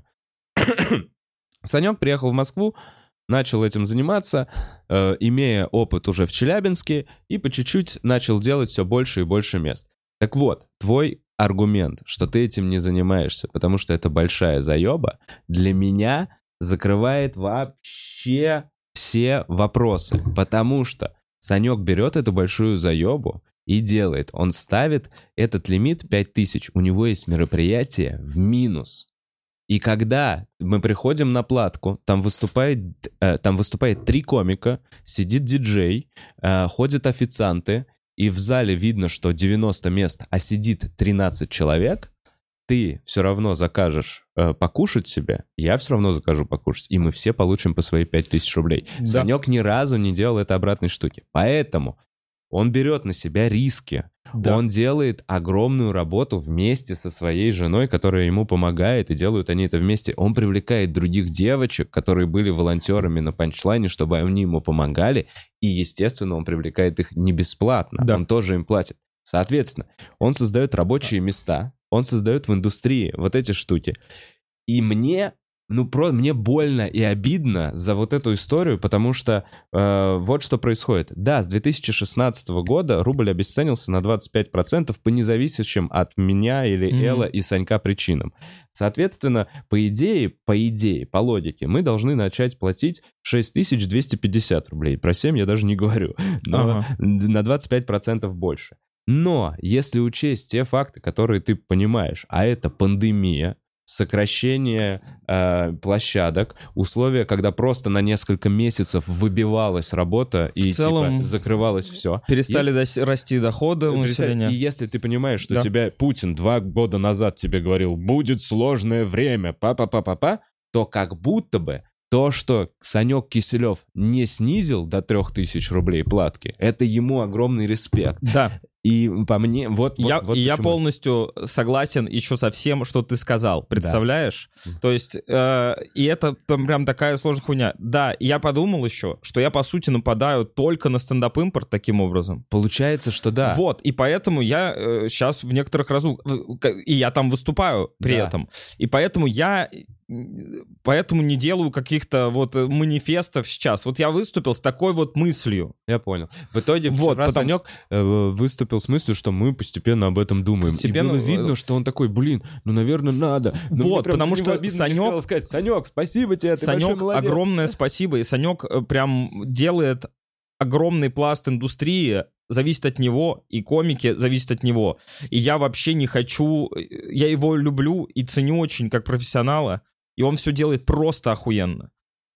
Speaker 1: Санек приехал в Москву, начал этим заниматься, имея опыт уже в Челябинске, и по чуть-чуть начал делать все больше и больше мест. Так вот, твой аргумент, что ты этим не занимаешься, потому что это большая заеба, для меня закрывает вообще все вопросы. Потому что Санек берет эту большую заебу и делает. Он ставит этот лимит 5000. У него есть мероприятие в минус. И когда мы приходим на платку, там выступает 3 комика, сидит диджей, ходят официанты, и в зале видно, что 90 мест, а сидит 13 человек, ты все равно закажешь покушать себе, я все равно закажу покушать, и мы все получим по свои 5000 рублей. Да. Санек ни разу не делал этой обратной штуки. Поэтому он берет на себя риски. Да. Он делает огромную работу вместе со своей женой, которая ему помогает, и делают они это вместе. Он привлекает других девочек, которые были волонтерами на панчлайне, чтобы они ему помогали, и, естественно, он привлекает их не бесплатно, да. Он тоже им платит. Соответственно, он создает рабочие места, он создает в индустрии вот эти штуки. И мне больно и обидно за вот эту историю, потому что вот что происходит. Да, с 2016 года рубль обесценился на 25% по независящим от меня или Элла и Санька причинам. Соответственно, по идее, по логике, мы должны начать платить 6250 рублей. Про 7 я даже не говорю, но на 25% больше. Но если учесть те факты, которые ты понимаешь, а это пандемия, сокращение площадок, условия, когда просто на несколько месяцев выбивалась работа и в целом, закрывалось все.
Speaker 2: Перестали расти доходы у населения.
Speaker 1: И если ты понимаешь, что тебя Путин 2 года назад тебе говорил, будет сложное время, то как будто бы то, что Санек Киселев не снизил до 3000 рублей платки, это ему огромный респект.
Speaker 2: Да.
Speaker 1: И по мне,
Speaker 2: я полностью согласен еще со всем, что ты сказал. Представляешь? Да. То есть, и это прям такая сложная хуйня. Да, я подумал еще, что я, по сути, нападаю только на стендап-импорт таким образом.
Speaker 1: Получается, что да.
Speaker 2: Вот, и поэтому я сейчас в некоторых и я там выступаю при этом. И поэтому не делаю каких-то вот манифестов сейчас. Вот я выступил с такой вот мыслью.
Speaker 1: Я понял. В итоге вчера Санек выступил с мыслью, что мы постепенно об этом думаем.
Speaker 2: Постепенно...
Speaker 1: И было видно, что он такой, наверное, надо.
Speaker 2: Но вот, потому что Санек...
Speaker 1: сказать, Санек, спасибо тебе, ты большой молодец.
Speaker 2: Огромное спасибо. И Санек прям делает огромный пласт индустрии, зависит от него, и комики зависят от него. И я вообще не хочу... Я его люблю и ценю очень как профессионала, и он все делает просто охуенно.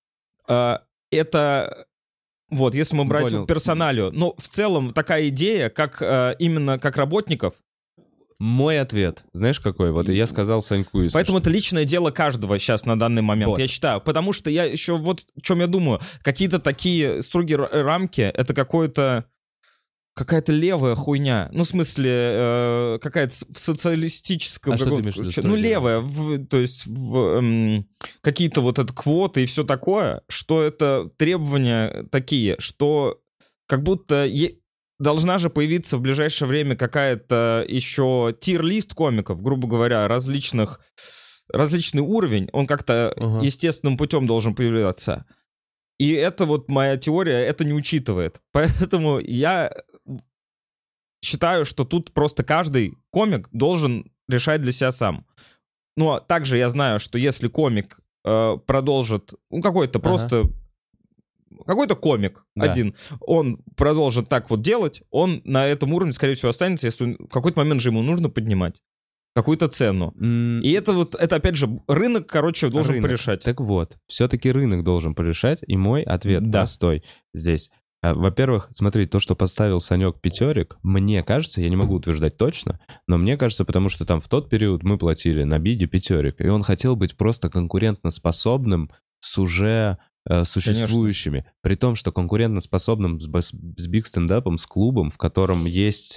Speaker 2: Это... Вот, если мы брать персоналию. Но в целом такая идея, как именно как работников.
Speaker 1: Мой ответ, знаешь какой? Вот и я сказал Саньку.
Speaker 2: Поэтому это личное дело каждого сейчас на данный момент, я считаю. Потому что я еще вот о чем я думаю. Какие-то такие строгие рамки, это какая-то левая хуйня. Ну, в смысле, какая-то в социалистическом...
Speaker 1: что ты имеешь в виду?
Speaker 2: Ну, левая. То есть какие-то вот это квоты и все такое, что это требования такие, что как будто должна же появиться в ближайшее время какая-то еще тир-лист комиков, грубо говоря, различный уровень. Он как-то естественным путем должен появляться. И это вот моя теория, это не учитывает. Поэтому я считаю, что тут просто каждый комик должен решать для себя сам. Но также я знаю, что если комик продолжит, какой-то просто... Какой-то комик один, он продолжит так вот делать, он на этом уровне, скорее всего, останется, если в какой-то момент же ему нужно поднимать какую-то цену. И это опять же, рынок, должен порешать.
Speaker 1: Так вот, все-таки рынок должен порешать, и мой ответ простой здесь. Во-первых, смотри, то, что поставил Санек пятерик, мне кажется, я не могу утверждать точно, но мне кажется, потому что там в тот период мы платили на биде пятерик, и он хотел быть просто конкурентоспособным с уже существующими. При том, что конкурентоспособным с биг стендапом, с клубом, в котором есть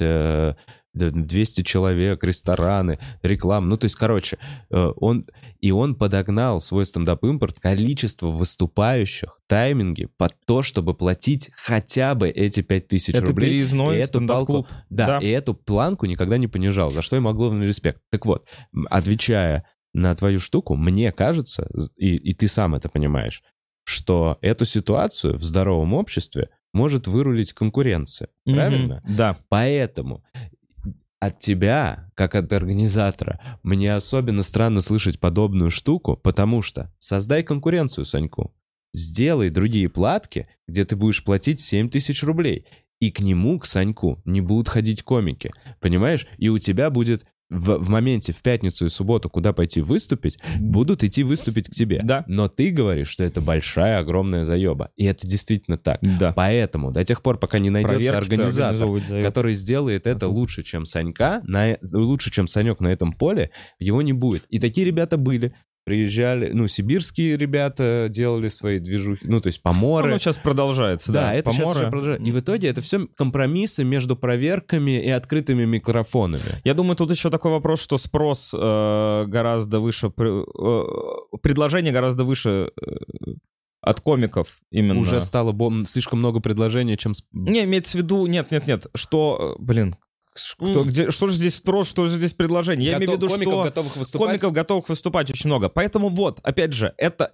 Speaker 1: 200 человек, рестораны, реклама. Ну, то есть, короче, он подогнал свой стендап-импорт количество выступающих, тайминги под то, чтобы платить хотя бы эти 5000 рублей.
Speaker 2: Это переездной
Speaker 1: и эту
Speaker 2: стендап-клуб.
Speaker 1: палку, да, и эту планку никогда не понижал, за что ему огромный респект. Так вот, отвечая на твою штуку, мне кажется, и ты сам это понимаешь, что эту ситуацию в здоровом обществе может вырулить конкуренция. Правильно?
Speaker 2: Да.
Speaker 1: Поэтому от тебя, как от организатора, мне особенно странно слышать подобную штуку, потому что создай конкуренцию Саньку. Сделай другие платки, где ты будешь платить 7000 рублей. И к нему, к Саньку, не будут ходить комики. Понимаешь? И у тебя будет в моменте, в пятницу и субботу, куда пойти выступить, будут идти выступить к тебе.
Speaker 2: Да.
Speaker 1: Но ты говоришь, что это большая, огромная заеба. И это действительно так.
Speaker 2: Да.
Speaker 1: Поэтому до тех пор, пока не найдется организатор,
Speaker 2: заеб.
Speaker 1: который сделает это лучше, чем Санька, лучше, чем Санек на этом поле, его не будет. И такие ребята были. Приезжали, сибирские ребята делали свои движухи, то есть поморы.
Speaker 2: Оно сейчас продолжается, да.
Speaker 1: Да, это
Speaker 2: поморы.
Speaker 1: сейчас уже продолжается. И в итоге это все компромиссы между проверками и открытыми микрофонами.
Speaker 2: Я думаю, тут еще такой вопрос, что спрос гораздо выше, предложение гораздо выше от комиков именно.
Speaker 1: Уже стало слишком много предложений, чем...
Speaker 2: Не, имеется в виду, нет, что, что же здесь спрос, что же здесь предложение? Я имею в виду,
Speaker 1: комиков,
Speaker 2: что
Speaker 1: готовых выступать.
Speaker 2: комиков, готовых выступать, очень много. Поэтому вот, опять же,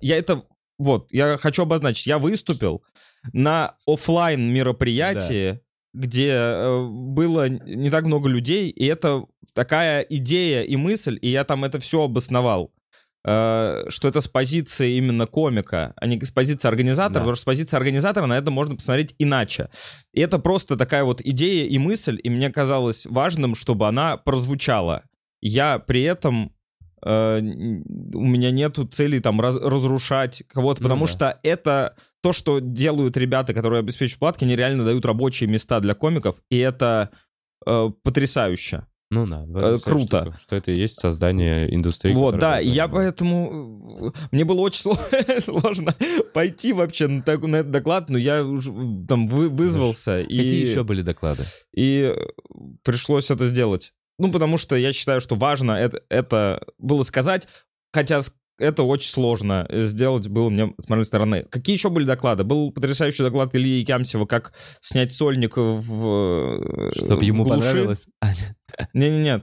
Speaker 2: я хочу обозначить, я выступил на офлайн мероприятии, где было не так много людей, и это такая идея и мысль, и я там это все обосновал. Что это с позиции именно комика, а не с позиции организатора, потому что с позиции организатора на это можно посмотреть иначе. И это просто такая вот идея и мысль, и мне казалось важным, чтобы она прозвучала. Я при этом... у меня нету цели там разрушать кого-то, потому что это то, что делают ребята, которые обеспечивают платки, они реально дают рабочие места для комиков, и это потрясающе. Круто.
Speaker 1: Штука, что это и есть создание индустрии.
Speaker 2: Вот, да, и я поэтому... Мне было очень сложно пойти вообще на этот доклад, но я там вызвался.
Speaker 1: Какие еще были доклады?
Speaker 2: И пришлось это сделать. Потому что я считаю, что важно это было сказать, хотя это очень сложно сделать было мне с моей стороны. Какие еще были доклады? Был потрясающий доклад Ильи Якямсева, как снять сольник в
Speaker 1: Чтобы ему
Speaker 2: глуши.
Speaker 1: Понравилось?
Speaker 2: Нет.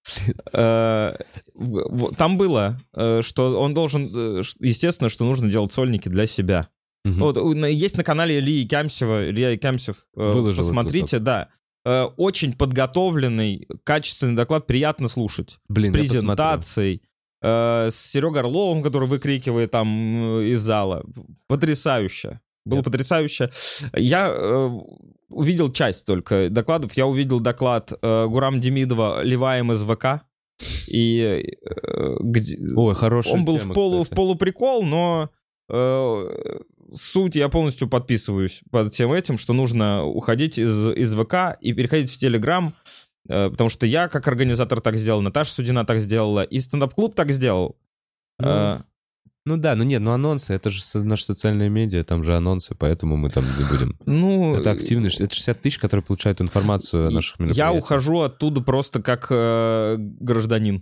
Speaker 2: Там было, что он должен... Естественно, что нужно делать сольники для себя. Вот, есть на канале Ильи Якямсева, Илья Якямсев, посмотрите, да. Очень подготовленный, качественный доклад, приятно слушать. С презентацией, с Серегой Орловым, который выкрикивает там из зала. Потрясающе. Было потрясающе. Я увидел часть только докладов. Я увидел доклад Гурам Демидова «Ливаем из ВК». И
Speaker 1: хороший.
Speaker 2: Он был в полуприкол, но суть я полностью подписываюсь под всем этим, что нужно уходить из ВК и переходить в Телеграм, потому что я, как организатор, так сделал, Наташа Судина так сделала, и стендап-клуб так сделал.
Speaker 1: Анонсы, это же наши социальные медиа, там же анонсы, поэтому мы там не будем. Это активность, это 60 тысяч, которые получают информацию о наших мероприятиях.
Speaker 2: Я ухожу оттуда просто как гражданин.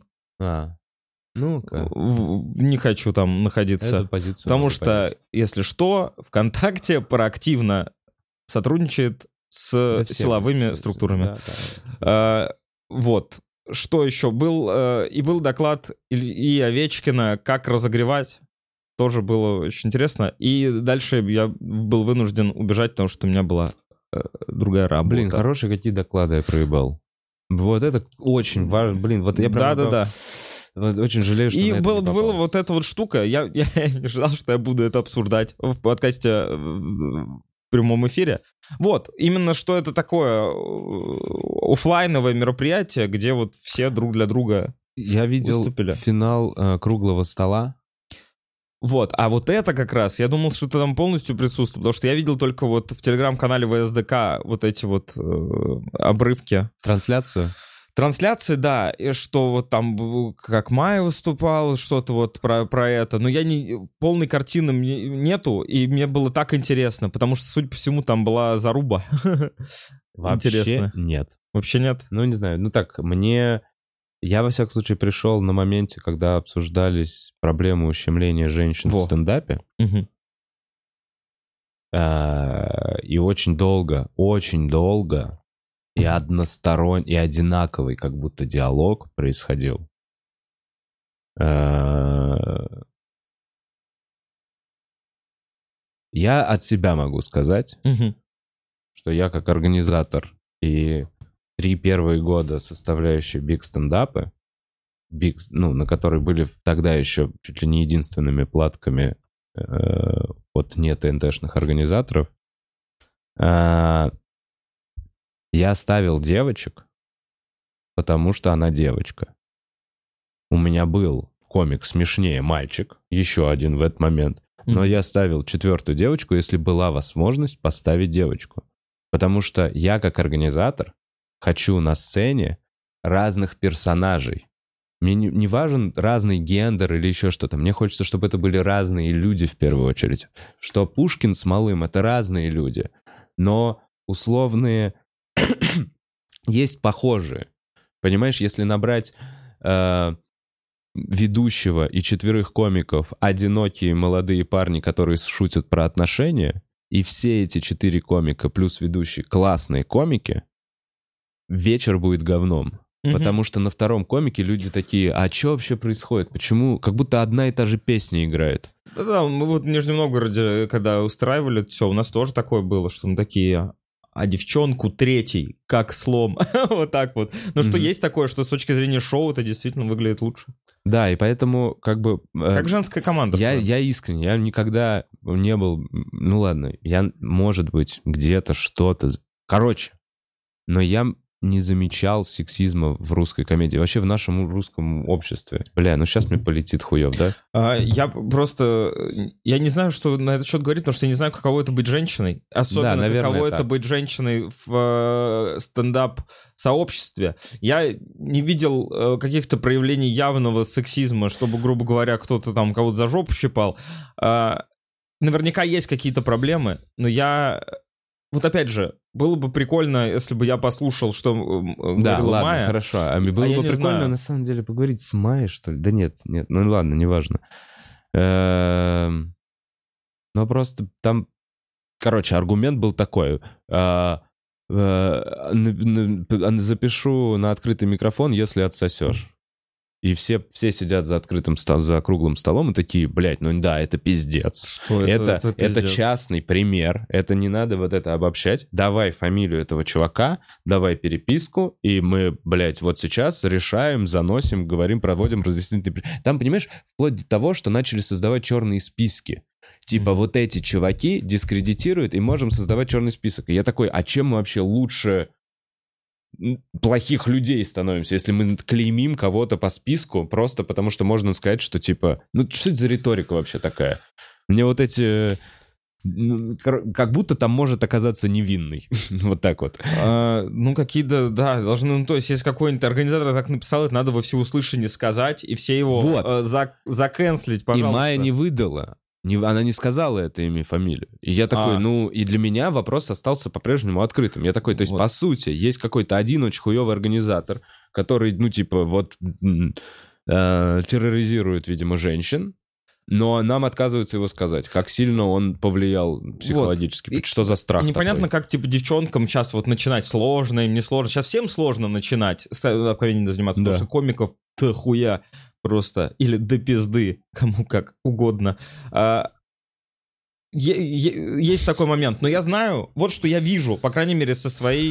Speaker 2: Не хочу там находиться. Потому что, если что, ВКонтакте проактивно сотрудничает с силовыми структурами. Вот. Что еще? Был доклад Ильи Овечкина «Как разогревать». Тоже было очень интересно. И дальше я был вынужден убежать, потому что у меня была другая работа.
Speaker 1: Хорошие какие доклады я проебал. Вот это очень важно. Я прям...
Speaker 2: Да.
Speaker 1: Очень жалею, что
Speaker 2: и
Speaker 1: на это не попал.
Speaker 2: была вот эта вот штука. Я не ждал, что я буду это обсуждать в подкасте в прямом эфире. Вот, именно что это такое офлайновое мероприятие, где вот все друг для друга
Speaker 1: Я видел
Speaker 2: выступили.
Speaker 1: финал круглого стола.
Speaker 2: Вот, а вот это как раз, я думал, что это там полностью присутствует, потому что я видел только вот в телеграм-канале ВСДК вот эти вот обрывки.
Speaker 1: Трансляцию?
Speaker 2: Трансляции, да, и что вот там, как Майя выступала, что-то вот про это, но полной картины нету, и мне было так интересно, потому что, судя по всему, там была заруба.
Speaker 1: Вообще
Speaker 2: Интересно.
Speaker 1: нет.
Speaker 2: Вообще нет?
Speaker 1: Ну, не знаю, Я, во всяком случае, пришел на моменте, когда обсуждались проблемы ущемления женщин в стендапе.
Speaker 2: Угу.
Speaker 1: И очень долго и односторонний, и одинаковый как будто диалог происходил. Я от себя могу сказать, что я как организатор и 3 первые года составляющие Big стендапы, на которые были тогда еще чуть ли не единственными платками от не ТНТ-шных организаторов, я ставил девочек, потому что она девочка. У меня был комик смешнее мальчик, еще один в этот момент, но я ставил 4-ю девочку, если была возможность поставить девочку. Потому что я как организатор хочу на сцене разных персонажей. Мне не важен разный гендер или еще что-то. Мне хочется, чтобы это были разные люди в первую очередь. Что Пушкин с Малым — это разные люди. Но условные есть похожие. Понимаешь, если набрать ведущего и 4 комиков, одинокие молодые парни, которые шутят про отношения, и все эти 4 комика плюс ведущий классные комики, вечер будет говном. Потому что на 2-м комике люди такие: а что вообще происходит? Почему? Как будто одна и та же песня играет.
Speaker 2: Да-да, мы вот в Нижнем Новгороде, когда устраивали все, у нас тоже такое было, что мы такие: а девчонку 3-й, как слом. Вот так вот. Но что есть такое, что с точки зрения шоу это действительно выглядит лучше.
Speaker 1: Да, и поэтому как бы...
Speaker 2: Как женская команда.
Speaker 1: Я искренне, я никогда не был... Ну ладно, я, может быть, где-то что-то... Короче, но я не замечал сексизма в русской комедии. Вообще в нашем русском обществе. Бля, ну сейчас мне полетит хуёв, да?
Speaker 2: Я не знаю, что на этот счет говорить, потому что я не знаю, каково это быть женщиной. Особенно, да, наверное, каково это быть женщиной в стендап-сообществе. Я не видел каких-то проявлений явного сексизма, чтобы, грубо говоря, кто-то там кого-то за жопу щипал. Наверняка есть какие-то проблемы, но я... Вот опять же, было бы прикольно, если бы я послушал, что говорила Майя.
Speaker 1: Да, хорошо. Было бы прикольно, на самом деле, поговорить с Майей, что ли? Да нет, ну ладно, неважно. Но просто там... Короче, аргумент был такой. Запишу на открытый микрофон, если отсосешь. И все сидят за круглым столом и такие: блядь, ну да, это пиздец.
Speaker 2: Что это
Speaker 1: частный пример, это не надо вот это обобщать. Давай фамилию этого чувака, давай переписку, и мы, блядь, вот сейчас решаем, заносим, говорим, проводим разъяснительные... Там, понимаешь, вплоть до того, что начали создавать черные списки. Типа вот эти чуваки дискредитируют, и можем создавать черный список. И я такой: а чем мы вообще лучше... плохих людей становимся, если мы клеймим кого-то по списку, просто потому что можно сказать, что типа... Ну, что это за риторика вообще такая? Мне вот эти... Как будто там может оказаться невинный. Вот так вот.
Speaker 2: Ну, какие-то, да, должны... Ну, то есть, если какой-нибудь организатор так написал, это надо во всеуслышание сказать, и все его закэнслить, пожалуйста.
Speaker 1: И Майя не выдала. Она не сказала это имя и фамилию. И я такой, и для меня вопрос остался по-прежнему открытым. Я такой, то есть, по сути, есть какой-то один очень хуёвый организатор, который, терроризирует, видимо, женщин, но нам отказываются его сказать, как сильно он повлиял психологически. Вот. Что за страх такой?
Speaker 2: Непонятно, как, девчонкам сейчас вот начинать сложно, им не сложно. Сейчас всем сложно начинать стендап-комедией заниматься, потому что комиков хуя. Просто, или до пизды, кому как угодно. Есть такой момент. Но я знаю, вот что я вижу, по крайней мере, со своей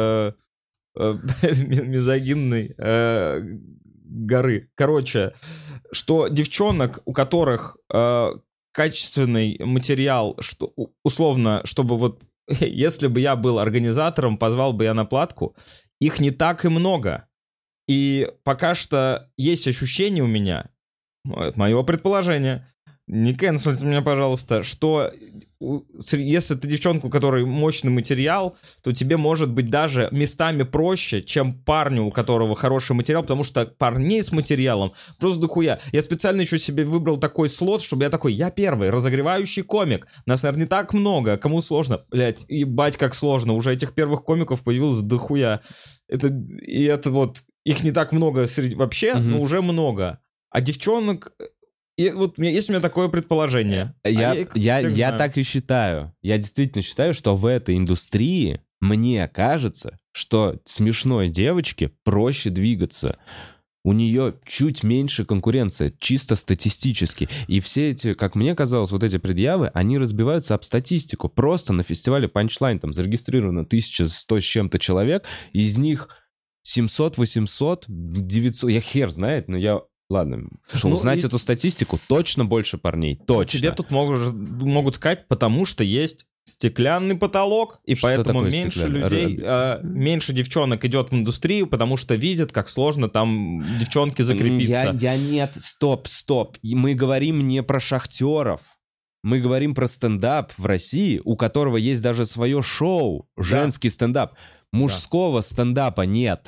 Speaker 2: мизогинной горы. Короче, что девчонок, у которых качественный материал, что, условно, чтобы вот, если бы я был организатором, позвал бы я на платку, их не так и много. И пока что есть ощущение у меня, мое предположение, не кэнселите меня, пожалуйста, что если ты девчонка, у которой мощный материал, то тебе может быть даже местами проще, чем парню, у которого хороший материал, потому что парней с материалом просто дохуя. Я специально еще себе выбрал такой слот, чтобы я первый, разогревающий комик. Нас, наверное, не так много, кому сложно. Блять, ебать, как сложно. Уже этих первых комиков появилось дохуя. Это вот, их не так много вообще, но уже много. А девчонок... И вот есть у меня такое предположение.
Speaker 1: Я так и считаю. Я действительно считаю, что в этой индустрии, мне кажется, что смешной девочке проще двигаться. У нее чуть меньше конкуренция, чисто статистически. И все эти, как мне казалось, вот эти предъявы, они разбиваются об статистику. Просто на фестивале Punchline там зарегистрировано 1100 с чем-то человек, из них 700, 800, 900, я хер знает, но я... Ладно, узнать эту статистику, точно больше парней, точно.
Speaker 2: Тебе тут могут сказать, потому что есть стеклянный потолок, и что поэтому меньше людей, меньше девчонок идет в индустрию, потому что видят, как сложно там девчонки закрепиться.
Speaker 1: Нет, стоп. Мы говорим не про шахтеров. Мы говорим про стендап в России, у которого есть даже свое шоу, женский стендап. Мужского стендапа нет.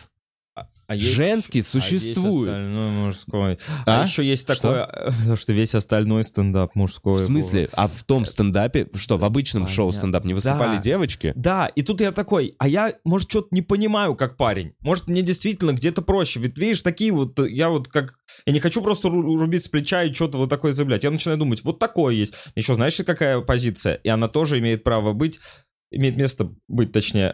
Speaker 1: Женский существует.
Speaker 2: А есть остальной мужской. А еще есть такое, что весь остальной стендап мужской.
Speaker 1: В смысле? А в том стендапе, что в обычном шоу стендап не выступали девочки?
Speaker 2: Да, и тут я такой, а я, может, что-то не понимаю, как парень. Может, мне действительно где-то проще. Ведь, видишь, такие вот, я не хочу просто рубить с плеча и что-то вот такое заявлять. Я начинаю думать, вот такое есть. Еще знаешь, какая позиция? И она тоже имеет право быть, имеет место быть, точнее,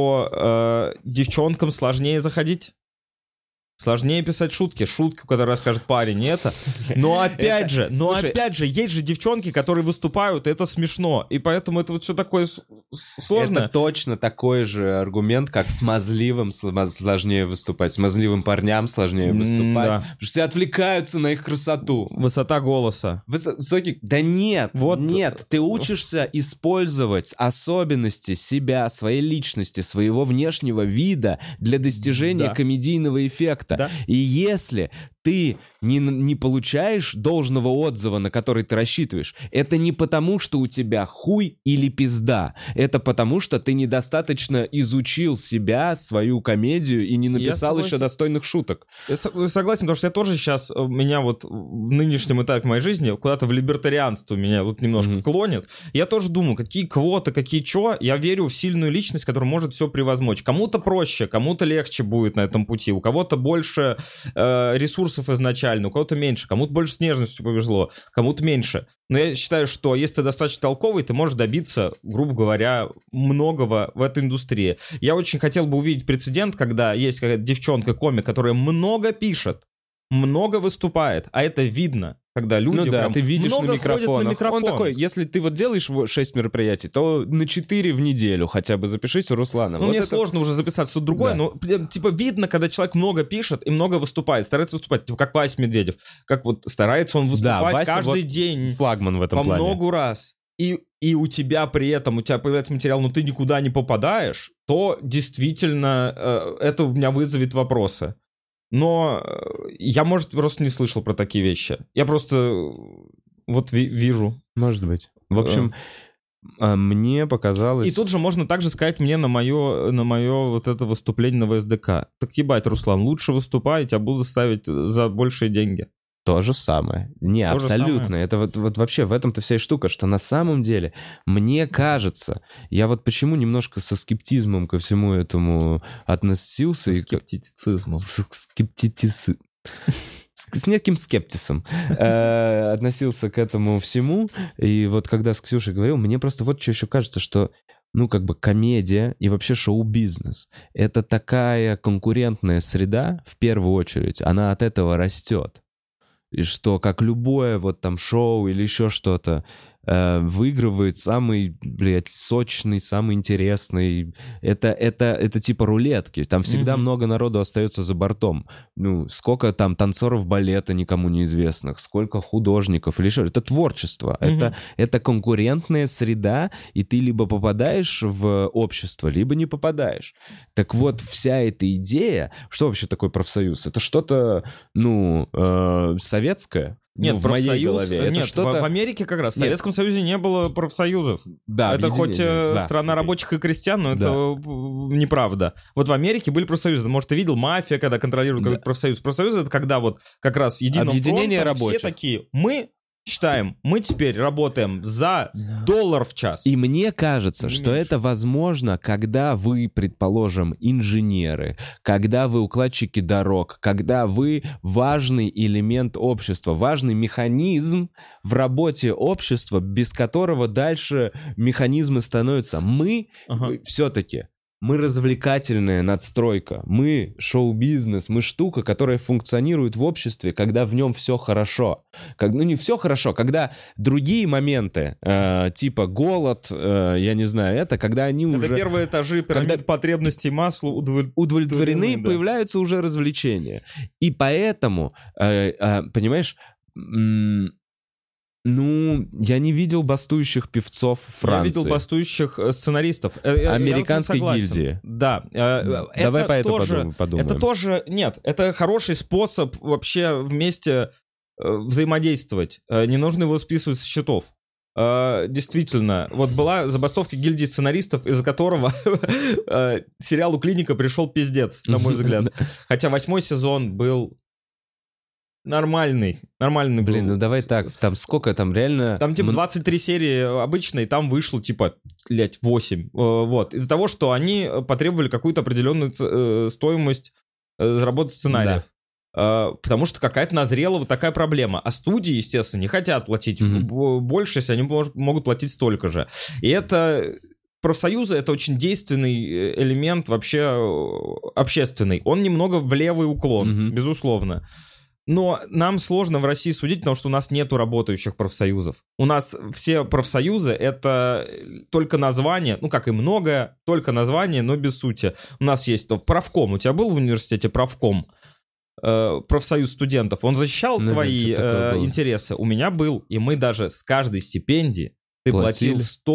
Speaker 2: что девчонкам сложнее заходить. Сложнее писать шутки, которые расскажет парень, это. Но опять же, есть же девчонки, которые выступают, и это смешно. И поэтому это вот все такое сложное.
Speaker 1: Это точно такой же аргумент, как смазливым сложнее выступать. Смазливым парням сложнее выступать. Да. Потому что все отвлекаются на их красоту.
Speaker 2: Высота голоса.
Speaker 1: Высокий... Да нет, нет. Ты учишься использовать особенности себя, своей личности, своего внешнего вида для достижения комедийного эффекта. Да. И если ты не получаешь должного отзыва, на который ты рассчитываешь, это не потому, что у тебя хуй или пизда. Это потому, что ты недостаточно изучил себя, свою комедию и не написал еще достойных шуток.
Speaker 2: Я согласен, потому что я тоже сейчас, меня вот в нынешнем этапе моей жизни куда-то в либертарианство меня вот немножко клонит. Я тоже думаю, какие квоты, какие чё. Я верю в сильную личность, которая может все превозмочь. Кому-то проще, кому-то легче будет на этом пути, у кого-то больше ресурсов изначально, у кого-то меньше, кому-то больше с нежностью повезло, кому-то меньше. Но я считаю, что если ты достаточно толковый, ты можешь добиться, грубо говоря, многого в этой индустрии. Я очень хотел бы увидеть прецедент, когда есть какая-то девчонка-комик, которая много пишет, много выступает, а это видно, когда люди прям
Speaker 1: ты видишь
Speaker 2: много
Speaker 1: на микрофонах. Он такой, если ты вот делаешь 6 мероприятий, то на 4 в неделю хотя бы запишись у Руслана.
Speaker 2: Ну, вот мне сложно уже записать что-то другое, но типа видно, когда человек много пишет и много выступает, старается выступать, типа как Вася Медведев, как вот старается он выступать
Speaker 1: Вася
Speaker 2: каждый день.
Speaker 1: Флагман в этом
Speaker 2: по
Speaker 1: плане.
Speaker 2: Много раз. И у тебя при этом, у тебя появляется материал, но ты никуда не попадаешь, то действительно это у меня вызовет вопросы. Но я, может, просто не слышал про такие вещи. Я просто вот вижу.
Speaker 1: Может быть. В общем, мне показалось...
Speaker 2: И тут же можно также сказать мне на мое вот это выступление на ВСДК. Так ебать, Руслан, лучше выступай, тебя буду ставить за большие деньги.
Speaker 1: То же самое. Не, то абсолютно. Самое. Это вот вообще в этом-то вся и штука, что на самом деле, мне кажется, я вот почему немножко со скептизмом ко всему этому относился.
Speaker 2: Скептицизмом.
Speaker 1: С неким скептисом относился к этому всему. И вот когда с Ксюшей говорил, мне просто вот что еще кажется, что комедия и вообще шоу-бизнес — это такая конкурентная среда, в первую очередь, она от этого растет. И что, как любое вот там шоу или еще что-то, выигрывает самый, сочный, самый интересный. Это типа рулетки. Там всегда много народу остается за бортом. Сколько там танцоров балета никому неизвестных, сколько художников или еще. Это творчество. Это конкурентная среда, и ты либо попадаешь в общество, либо не попадаешь. Так вот, вся эта идея, что вообще такое профсоюз? Это что-то, советское.
Speaker 2: Нет,
Speaker 1: в моей
Speaker 2: профсоюз...
Speaker 1: голове. Это
Speaker 2: Нет,
Speaker 1: что-то...
Speaker 2: в Америке как раз. В
Speaker 1: Нет.
Speaker 2: Советском Союзе не было профсоюзов.
Speaker 1: Да,
Speaker 2: это хоть
Speaker 1: да,
Speaker 2: страна
Speaker 1: окей.
Speaker 2: рабочих и крестьян, но это неправда. Вот в Америке были профсоюзы. Может, ты видел мафия, когда контролирует какой-то профсоюз. Профсоюз — это когда вот как раз единым
Speaker 1: Объединение
Speaker 2: фронтом
Speaker 1: рабочих.
Speaker 2: все такие, мы считаем, мы теперь работаем за $1 в час.
Speaker 1: И мне кажется,
Speaker 2: Не
Speaker 1: что
Speaker 2: меньше.
Speaker 1: это возможно, когда вы, предположим, инженеры, когда вы укладчики дорог, когда вы важный элемент общества, важный механизм в работе общества, без которого дальше механизмы становятся. Мы
Speaker 2: Ага.
Speaker 1: все-таки... Мы развлекательная надстройка, мы шоу-бизнес, мы штука, которая функционирует в обществе, когда в нем все хорошо. Ну, не все хорошо, когда другие моменты, типа голод, я не знаю, это, когда они
Speaker 2: Это
Speaker 1: уже
Speaker 2: первые этажи пирамид потребностей масла
Speaker 1: удовлетворены,
Speaker 2: да.
Speaker 1: появляются уже развлечения. И поэтому, понимаешь... Ну, я не видел бастующих певцов Франции.
Speaker 2: Я видел бастующих сценаристов.
Speaker 1: Американской
Speaker 2: я согласен.
Speaker 1: гильдии.
Speaker 2: Да.
Speaker 1: Давай по этому подумаем.
Speaker 2: Это тоже... Нет, это хороший способ вообще вместе взаимодействовать. Не нужно его списывать со счетов. Действительно, вот была забастовка гильдии сценаристов, из-за которого сериалу «Клиника» пришел пиздец, на мой взгляд. Хотя 8-й сезон был... Нормальный
Speaker 1: Блин,
Speaker 2: был.
Speaker 1: ну давай так, там сколько там реально...
Speaker 2: Там типа 23 серии обычные, там вышло типа, 8. Вот. Из-за того, что они потребовали какую-то определенную стоимость заработать сценариев. Потому что какая-то назрела вот такая проблема. А студии, естественно, не хотят платить больше, если они могут платить столько же. И это... Профсоюзы — это очень действенный элемент вообще общественный. Он немного в левый уклон, безусловно. Но нам сложно в России судить, потому что у нас нету работающих профсоюзов. У нас все профсоюзы — это только название, ну как и многое, только название, но без сути. У нас есть правком. У тебя был в университете правком? Профсоюз студентов. Он защищал твои интересы? У меня был. И мы даже с каждой стипендии ты платил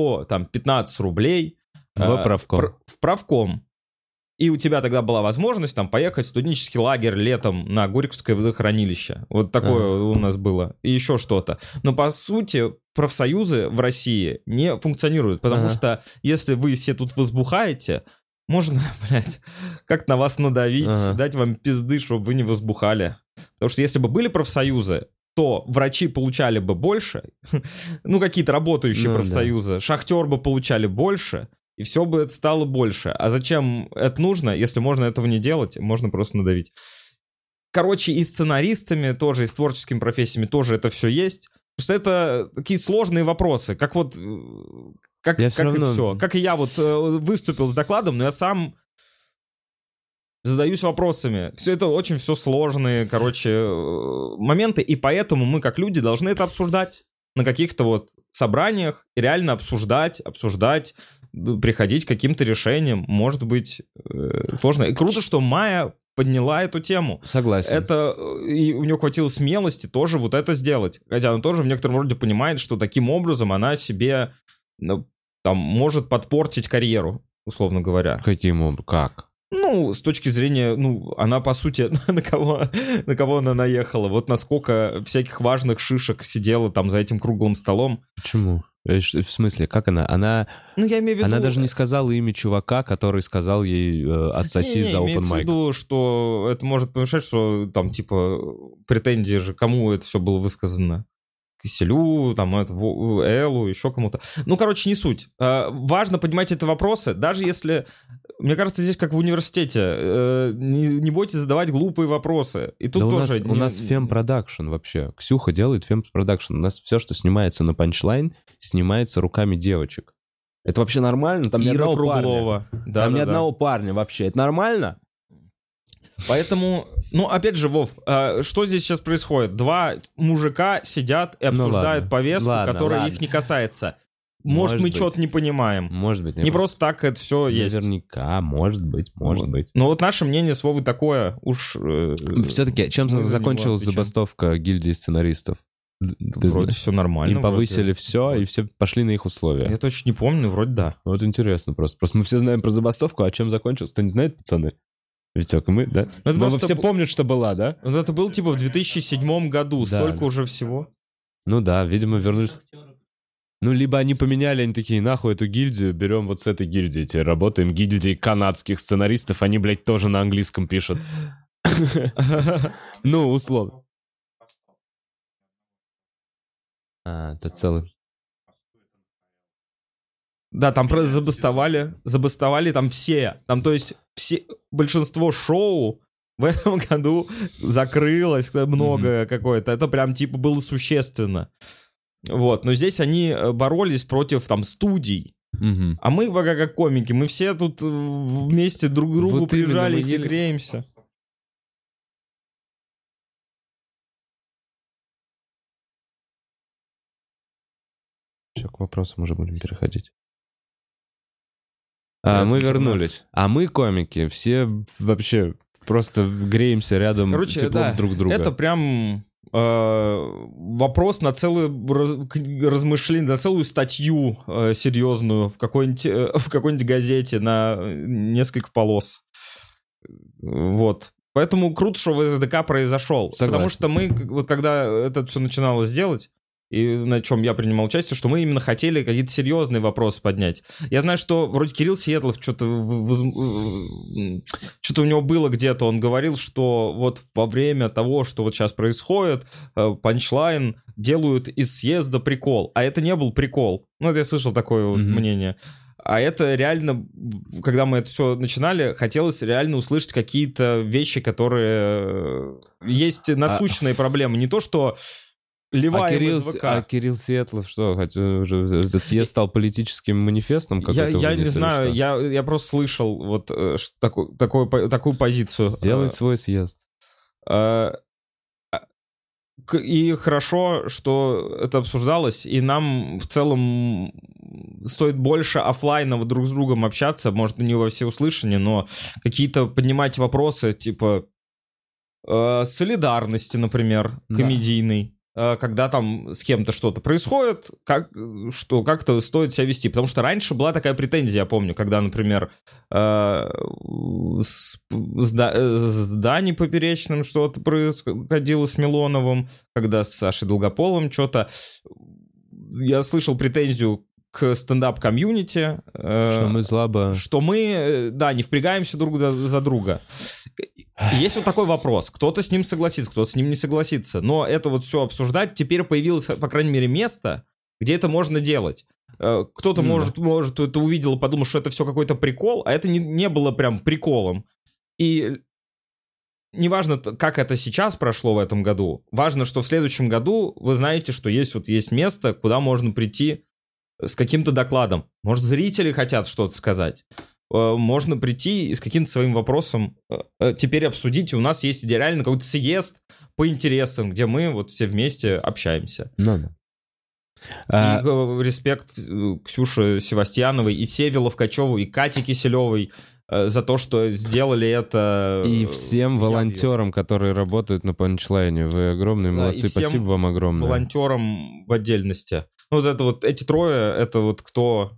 Speaker 2: 115 рублей
Speaker 1: в
Speaker 2: правком. И у тебя тогда была возможность там поехать в студенческий лагерь летом на Горьковское водохранилище. Вот такое у нас было. И еще что-то. Но по сути профсоюзы в России не функционируют. Потому что если вы все тут возбухаете, можно, блядь, как на вас надавить, дать вам пизды, чтобы вы не возбухали. Потому что если бы были профсоюзы, то врачи получали бы больше, ну какие-то работающие профсоюзы, шахтер бы получали больше, и все бы это стало больше. А зачем это нужно, если можно этого не делать? Можно просто надавить. Короче, и сценаристами тоже, и с творческими профессиями тоже это все есть. Просто это такие сложные вопросы. Как вот... Как и все. Как и я вот выступил с докладом, но я сам задаюсь вопросами. Все это очень все сложные, короче, моменты. И поэтому мы, как люди, должны это обсуждать на каких-то вот собраниях. И реально обсуждать, приходить к каким-то решениям. Может быть, сложно. И круто, что Майя подняла эту тему.
Speaker 1: Согласен.
Speaker 2: Это, и у нее хватило смелости тоже вот это сделать. Хотя она тоже в некотором роде понимает, что таким образом она себе там может подпортить карьеру, условно говоря.
Speaker 1: Каким образом? Как?
Speaker 2: Ну, с точки зрения, она, по сути, на кого она наехала. Вот насколько всяких важных шишек сидела там за этим круглым столом.
Speaker 1: Почему? В смысле, как она?
Speaker 2: Я имею в виду...
Speaker 1: Она даже не сказала имя чувака, который сказал ей отсоси за open mic.
Speaker 2: Имеется в виду, что это может помешать, что там, типа, претензии же, кому это все было высказано? Киселю, там, Эллу, еще кому-то. Короче, не суть. Важно поднимать эти вопросы, даже если... Мне кажется, здесь как в университете. Не бойтесь задавать глупые вопросы. И тут тоже...
Speaker 1: У нас фемпродакшн вообще. Ксюха делает фемпродакшн. У нас все, что снимается на панчлайн, снимается руками девочек. Это вообще нормально? Там
Speaker 2: Ира Круглова.
Speaker 1: Там ни одного парня вообще. Это нормально?
Speaker 2: Поэтому, опять же, Вов, что здесь сейчас происходит? Два мужика сидят и обсуждают повестку, которая их не касается. Может, мы что-то не понимаем.
Speaker 1: Может быть.
Speaker 2: Не просто так это все есть.
Speaker 1: Наверняка, может быть.
Speaker 2: Но вот наше мнение с Вовой такое, уж...
Speaker 1: Все-таки, чем закончилась забастовка гильдии сценаристов?
Speaker 2: Вроде все нормально.
Speaker 1: Им повысили все, и все пошли на их условия.
Speaker 2: Я точно не помню, вроде да.
Speaker 1: Вот интересно просто. Просто мы все знаем про забастовку, а чем закончилось, кто не знает, пацаны? Витек, мы, да?
Speaker 2: Ну, это
Speaker 1: Но вы
Speaker 2: просто
Speaker 1: все помнят, что была, да?
Speaker 2: Вот это было типа в 2007 году,
Speaker 1: Да.
Speaker 2: столько уже всего.
Speaker 1: Ну да, видимо, вернулись. Ну, либо они поменяли, они такие, нахуй эту гильдию, берем вот с этой гильдии, теперь работаем гильдией канадских сценаристов, они, блядь, тоже на английском пишут. Ну, условно. Это целый...
Speaker 2: Да, там просто забастовали там все. Там, то есть, большинство шоу в этом году закрылось, многое какое-то. Это прям, типа, было существенно. Вот, но здесь они боролись против, там, студий. А мы, пока как комики, мы все тут вместе друг к другу
Speaker 1: Вот
Speaker 2: прижались
Speaker 1: именно,
Speaker 2: и греемся.
Speaker 1: Все, к вопросам уже будем переходить. Мы вернулись. А мы, комики, все вообще просто греемся рядом,
Speaker 2: Короче,
Speaker 1: теплом
Speaker 2: да,
Speaker 1: друг друга.
Speaker 2: это прям вопрос на целое размышление, на целую статью серьезную в какой-нибудь газете на несколько полос. Вот. Поэтому круто, что ВСДК произошел.
Speaker 1: Согласен.
Speaker 2: Потому что мы, вот когда это все начиналось делать, и на чем я принимал участие, что мы именно хотели какие-то серьезные вопросы поднять. Я знаю, что вроде Кирилл Сиэтлов что-то у него было где-то, он говорил, что вот во время того, что вот сейчас происходит, Панчлайн делают из съезда прикол. А это не был прикол. Ну, это я слышал такое вот мнение. А это реально, когда мы это все начинали, хотелось реально услышать какие-то вещи, которые есть насущные проблемы. Не то, что ливаем из ВК.
Speaker 1: А Кирилл Светлов что, этот съезд стал политическим манифестом?
Speaker 2: Я не знаю, я просто слышал вот такую позицию.
Speaker 1: Сделать свой съезд.
Speaker 2: И хорошо, что это обсуждалось, и нам в целом стоит больше оффлайново друг с другом общаться, может, не во всеуслышание, но какие-то поднимать вопросы, типа солидарности, например, комедийной. Когда там с кем-то что-то происходит, как-то стоит себя вести. Потому что раньше была такая претензия, я помню, когда, например, с Даней Поперечным что-то происходило с Милоновым, когда с Сашей Долгополовым что-то. Я слышал претензию к стендап-комьюнити.
Speaker 1: Что мы слабо...
Speaker 2: Что мы, да, не впрягаемся друг за друга. Есть вот такой вопрос. Кто-то с ним согласится, кто-то с ним не согласится. Но это вот все обсуждать. Теперь появилось, по крайней мере, место, где это можно делать. Кто-то, может, это увидел и подумал, что это все какой-то прикол, а это не было прям приколом. И неважно, как это сейчас прошло в этом году, важно, что в следующем году вы знаете, что есть место, куда можно прийти с каким-то докладом. Может, зрители хотят что-то сказать. Можно прийти и с каким-то своим вопросом теперь обсудить. И у нас есть реально какой-то съезд по интересам, где мы вот все вместе общаемся.
Speaker 1: Ну да.
Speaker 2: И респект Ксюше Севастьяновой, и Севе Ловкачеву, и Кате Киселевой за то, что сделали это.
Speaker 1: И всем волонтерам, которые работают на панчлайне. Вы огромные молодцы. Спасибо вам огромное.
Speaker 2: Волонтерам в отдельности. Ну, вот это вот, эти трое, это вот кто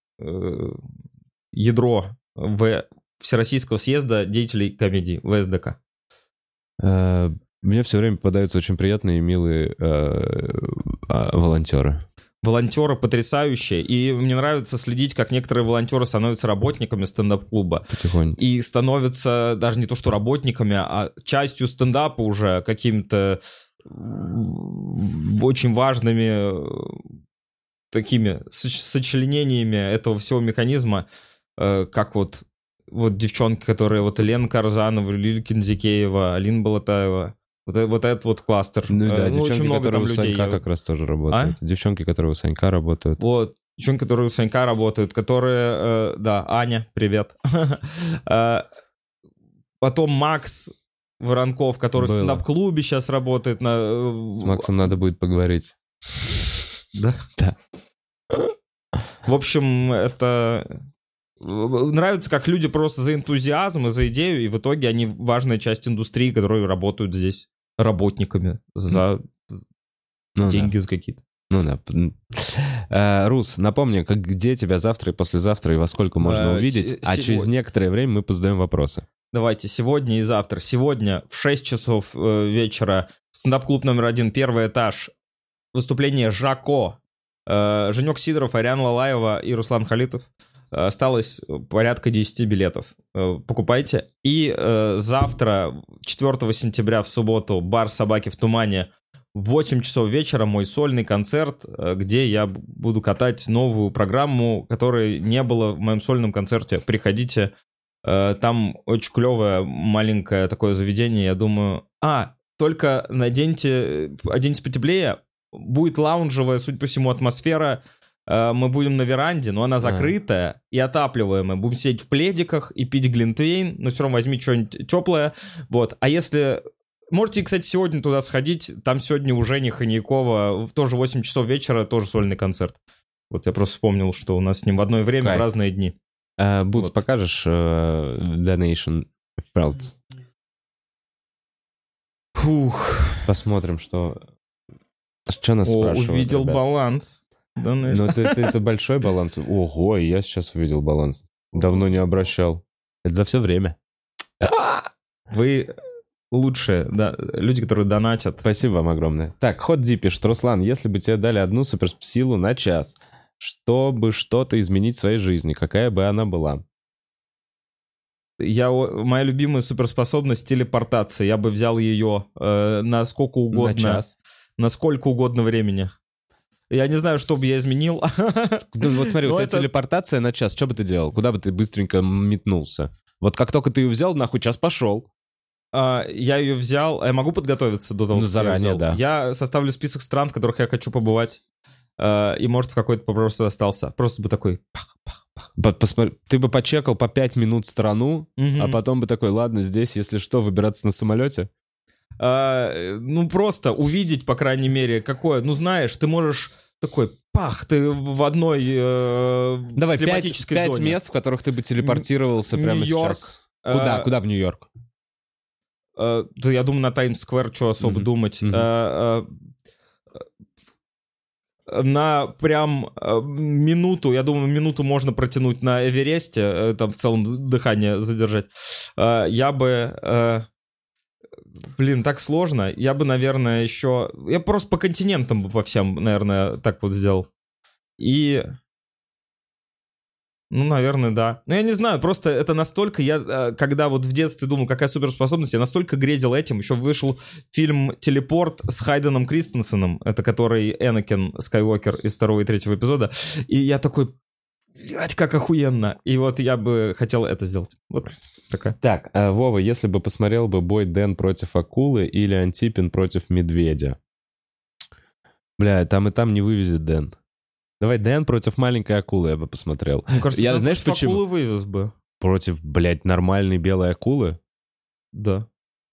Speaker 2: ядро Всероссийского съезда деятелей комедий ВСДК.
Speaker 1: Мне все время попадаются очень приятные и милые волонтеры.
Speaker 2: Волонтеры потрясающие. И мне нравится следить, как некоторые волонтеры становятся работниками стендап-клуба.
Speaker 1: Потихоньку.
Speaker 2: И становятся даже не то что работниками, а частью стендапа уже, какими-то очень важными такими сочленениями этого всего механизма, как вот девчонки, которые вот Лена Карзанова, Лилия Кинзикеева, Алина Балатаева, вот этот вот кластер.
Speaker 1: Ну да, девчонки,
Speaker 2: очень много
Speaker 1: которые
Speaker 2: там
Speaker 1: у Санька как раз тоже работают. Девчонки, которые у Санька работают.
Speaker 2: Вот, девчонки, которые у Санька работают, которые, да, Аня, привет. Потом Макс Воронков, который в стендап-клубе сейчас работает.
Speaker 1: С Максом надо будет поговорить.
Speaker 2: Да?
Speaker 1: Да.
Speaker 2: В общем, это... Нравится, как люди просто за энтузиазм и за идею, и в итоге они важная часть индустрии, которые работают здесь работниками за деньги за какие-то.
Speaker 1: Ну да. Рус, напомни, где тебя завтра и послезавтра, и во сколько можно увидеть, а через некоторое время мы позадаем вопросы.
Speaker 2: Давайте сегодня и завтра. Сегодня в 6 часов вечера стендап-клуб номер 1, первый этаж. Выступление Жако. Женек Сидоров, Ариана Лалаева и Руслан Халитов. Осталось порядка 10 билетов. Покупайте. И завтра, 4 сентября, в субботу, бар «Собаки в тумане». В 8 часов вечера мой сольный концерт, где я буду катать новую программу, которой не было в моем сольном концерте. Приходите. Там очень клевое маленькое такое заведение, я думаю. Только оденьте потеплее. Будет лаунжевая, судя по всему, атмосфера. Мы будем на веранде, но она закрытая и отапливаемая. Будем сидеть в пледиках и пить глинтвейн, но все равно возьми что-нибудь теплое. Вот. А если... Можете, кстати, сегодня туда сходить. Там сегодня у Жени Ханьякова тоже 8 часов вечера, тоже сольный концерт. Вот я просто вспомнил, что у нас с ним в одно время в разные дни.
Speaker 1: Бутс, вот. Покажешь Donation Felts?
Speaker 2: Фух.
Speaker 1: Посмотрим, что нас спрашивают.
Speaker 2: Увидел ребят. Баланс.
Speaker 1: Ну, это большой баланс. Ого, я сейчас увидел баланс. Давно не обращал. Это за все время.
Speaker 2: Вы лучшие, да, люди, которые донатят.
Speaker 1: Спасибо вам огромное. Так, Hot D пишет: Руслан, если бы тебе дали одну суперсилу на час, чтобы что-то изменить в своей жизни, какая бы она была?
Speaker 2: Моя любимая суперспособность — телепортация. Я бы взял ее на сколько угодно.
Speaker 1: На час?
Speaker 2: На сколько угодно времени. Я не знаю, что бы я изменил.
Speaker 1: Вот смотри, у тебя телепортация на час. Что бы ты делал? Куда бы ты быстренько метнулся? Вот как только ты ее взял, нахуй час пошел.
Speaker 2: Я ее взял. Я могу подготовиться до того,
Speaker 1: как заранее,
Speaker 2: я взял?
Speaker 1: Да.
Speaker 2: Я составлю список стран, в которых я хочу побывать. И, может, в какой-то просто остался. Просто бы такой...
Speaker 1: Посмотри, ты бы почекал по 5 минут страну, а потом бы такой: ладно, здесь, если что, выбираться на самолете?
Speaker 2: Просто увидеть, по крайней мере, какое... знаешь, ты можешь такой... ты в одной
Speaker 1: давай,
Speaker 2: климатической
Speaker 1: 5
Speaker 2: зоне.
Speaker 1: мест, в которых ты бы телепортировался прямо сейчас. Куда в Нью-Йорк?
Speaker 2: Я думаю, на Таймс-сквер, что особо думать. На прям минуту, я думаю, минуту можно протянуть на Эвересте, там в целом дыхание задержать. Я бы... так сложно. Я бы, наверное, еще... Я просто по континентам бы по всем, наверное, так вот сделал. И... наверное, да. Я не знаю, просто это настолько... Я, когда вот в детстве думал, какая суперспособность, я настолько грезил этим. Еще вышел фильм «Телепорт» с Хайденом Кристенсеном, это который Энакин Скайуокер из 2 и 3 эпизода. И я такой... Блять, как охуенно. И вот я бы хотел это сделать. Вот такая.
Speaker 1: Так, Вова, если бы посмотрел бы бой Дэн против акулы или Антипин против медведя? Бля, там и там не вывезет Дэн. Давай Дэн против маленькой акулы я бы посмотрел.
Speaker 2: Мне кажется,
Speaker 1: я, знаешь, почему?
Speaker 2: Акулы вывез бы.
Speaker 1: Против, блядь, нормальной белой акулы?
Speaker 2: Да.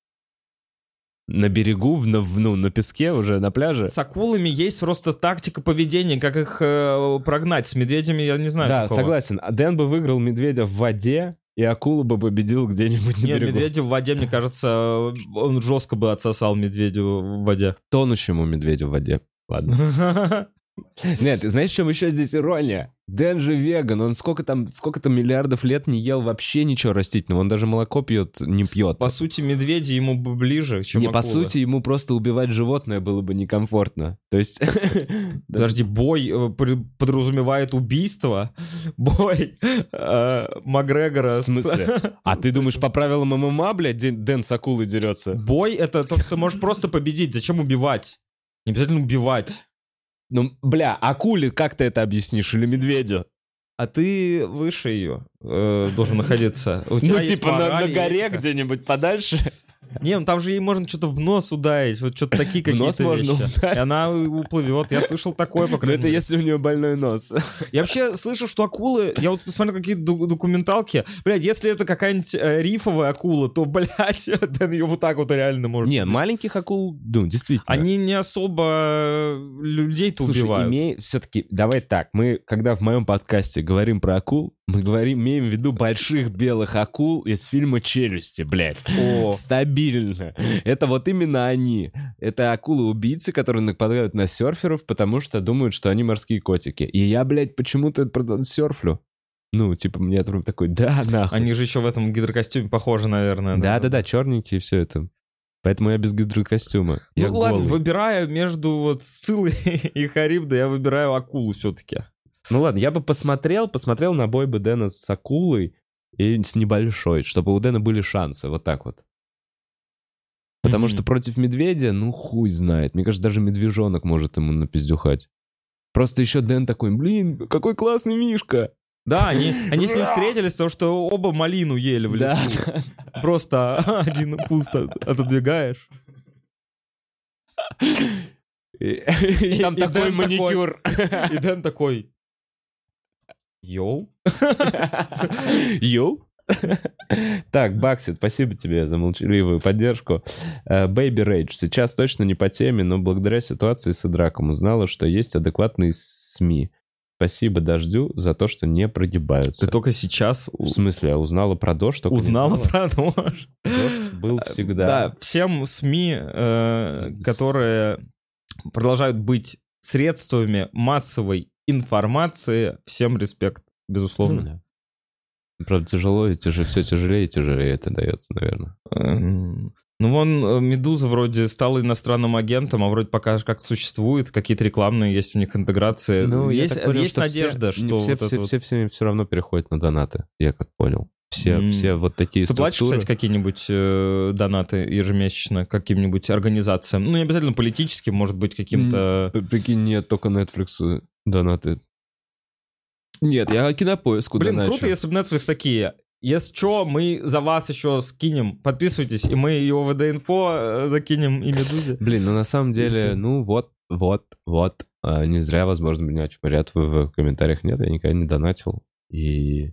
Speaker 1: На берегу, на песке уже, на пляже?
Speaker 2: С акулами есть просто тактика поведения, как их прогнать. С медведями я не знаю.
Speaker 1: Да,
Speaker 2: такого.
Speaker 1: Согласен. Дэн бы выиграл медведя в воде, и акулу бы победил где-нибудь на берегу.
Speaker 2: Нет, медведя в воде, мне кажется, он жестко бы отсосал медведю в воде.
Speaker 1: Тонущему медведю в воде. Ладно. Нет, ты знаешь, в чем еще здесь ирония? Дэн же веган, он сколько-то миллиардов лет не ел вообще ничего растительного, он даже молоко не пьет.
Speaker 2: По сути, медведи ему бы ближе, чем акулы.
Speaker 1: По сути, ему просто убивать животное было бы некомфортно. То есть...
Speaker 2: Подожди, бой подразумевает убийство? Бой Макгрегора...
Speaker 1: В смысле? А ты думаешь, по правилам ММА, блядь, Дэн с акулой дерется?
Speaker 2: Бой — это то, что ты можешь просто победить. Зачем убивать? Не обязательно убивать.
Speaker 1: Акуле как ты это объяснишь? Или медведю?
Speaker 2: А ты выше ее должен находиться.
Speaker 1: На горе где-нибудь подальше?
Speaker 2: Не, там же ей можно что-то в нос ударить, вот что-то такие какие-то вещи. И она уплывет. Я слышал такое, по крайней мере.
Speaker 1: Это если у нее больной нос.
Speaker 2: Я вообще слышу, что акулы... Я вот смотрю какие-то документалки. Блядь, если это какая-нибудь рифовая акула, то, блядь, Дэн ее вот так вот реально может...
Speaker 1: Не, маленьких акул, действительно.
Speaker 2: Они не особо людей-то убивают.
Speaker 1: Все-таки, давай так, мы, когда в моем подкасте говорим про акул, мы имеем в виду больших белых акул из фильма «Челюсти», блядь. Стабильно. Это вот именно они. Это акулы-убийцы, которые нападают на серферов, потому что думают, что они морские котики. И я, блядь, почему-то серфлю. Ну, типа, мне прям такой, да, нахуй.
Speaker 2: Они же еще в этом гидрокостюме похожи, наверное.
Speaker 1: Да, черненькие, все это. Поэтому я без гидрокостюма. Я
Speaker 2: Ну ладно,
Speaker 1: голый.
Speaker 2: выбираю между вот Сциллой и Харибдой, я выбираю акулу все-таки.
Speaker 1: Ну ладно, я бы посмотрел на бой бы Дэна с акулой и с небольшой, чтобы у Дэна были шансы, вот так вот. Потому что против медведя, ну хуй знает. Мне кажется, даже медвежонок может ему напиздюхать. Просто еще Дэн такой, блин, какой классный Мишка.
Speaker 2: Да, они с ним встретились, потому что оба малину ели в лесу.
Speaker 1: Да.
Speaker 2: Просто один куст отодвигаешь.
Speaker 1: И там такой
Speaker 2: Дэн
Speaker 1: маникюр.
Speaker 2: И Дэн такой... Йоу?
Speaker 1: Йоу? Так, Баксит, спасибо тебе за молчаливую поддержку. Baby Rage. Сейчас точно не по теме, но благодаря ситуации с Идраком узнала, что есть адекватные СМИ. Спасибо Дождю за то, что не прогибаются.
Speaker 2: Ты только сейчас...
Speaker 1: В смысле, узнала про дождь? Только
Speaker 2: Узнала
Speaker 1: не
Speaker 2: про дождь.
Speaker 1: Дождь был всегда.
Speaker 2: Да, всем СМИ, которые продолжают быть средствами массовой информации, всем респект, безусловно.
Speaker 1: Да. Правда, тяжело, все тяжелее и тяжелее это дается, наверное.
Speaker 2: Ну, вон, Медуза вроде стала иностранным агентом, а вроде пока как существует, какие-то рекламные есть у них интеграции.
Speaker 1: Ну,
Speaker 2: есть
Speaker 1: понял,
Speaker 2: есть надежда, что...
Speaker 1: Все равно переходят на донаты, я как понял. Все вот такие
Speaker 2: Ты платишь,
Speaker 1: структуры.
Speaker 2: кстати, какие-нибудь донаты ежемесячно каким-нибудь организациям? Ну, не обязательно политическим, может быть, каким-то...
Speaker 1: Прикинь, нет, только Netflix донаты. Нет, я Кинопоиску
Speaker 2: Блин,
Speaker 1: доначу.
Speaker 2: круто, если бы Netflix такие... Если что, мы за вас еще скинем. Подписывайтесь, и мы и ОВД-инфо закинем, и Медузе.
Speaker 1: Блин, ну на самом деле, ну вот. Не зря, возможно, меня чморят в комментариях. Нет, я никогда не донатил. И...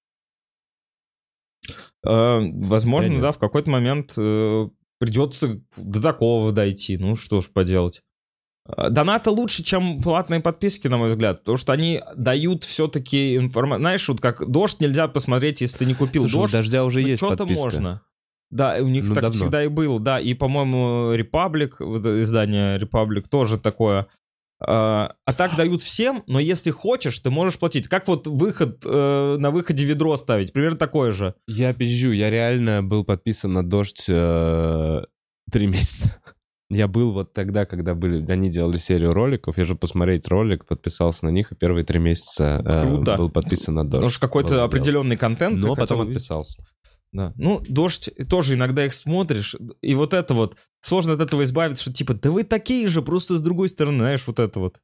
Speaker 2: Возможно, да, в какой-то момент придется до такого дойти. Ну, что ж поделать. Донаты лучше, чем платные подписки, на мой взгляд, потому что они дают все-таки информацию. Знаешь, вот как «Дождь» нельзя посмотреть, если ты не купил.
Speaker 1: Слушай,
Speaker 2: «Дождь»,
Speaker 1: у «Дождя» уже есть
Speaker 2: что-то
Speaker 1: подписка.
Speaker 2: можно. Да, у них так
Speaker 1: давно.
Speaker 2: всегда и было, да. И, по-моему, «Репаблик», издание «Репаблик» тоже такое. А так дают всем, но если хочешь, ты можешь платить. Как вот на выходе ведро ставить, примерно такое же.
Speaker 1: Я пизжу, я реально был подписан на «Дождь» 3 месяца. Я был вот тогда, когда они делали серию роликов, я же посмотреть ролик, подписался на них, и первые 3 месяца был подписан на «Дождь».
Speaker 2: Потому что какой-то определенный контент.
Speaker 1: Но потом отписался.
Speaker 2: Да. Ну, «Дождь» тоже иногда их смотришь, и вот это вот, сложно от этого избавиться, что типа, да вы такие же, просто с другой стороны, знаешь, вот это вот.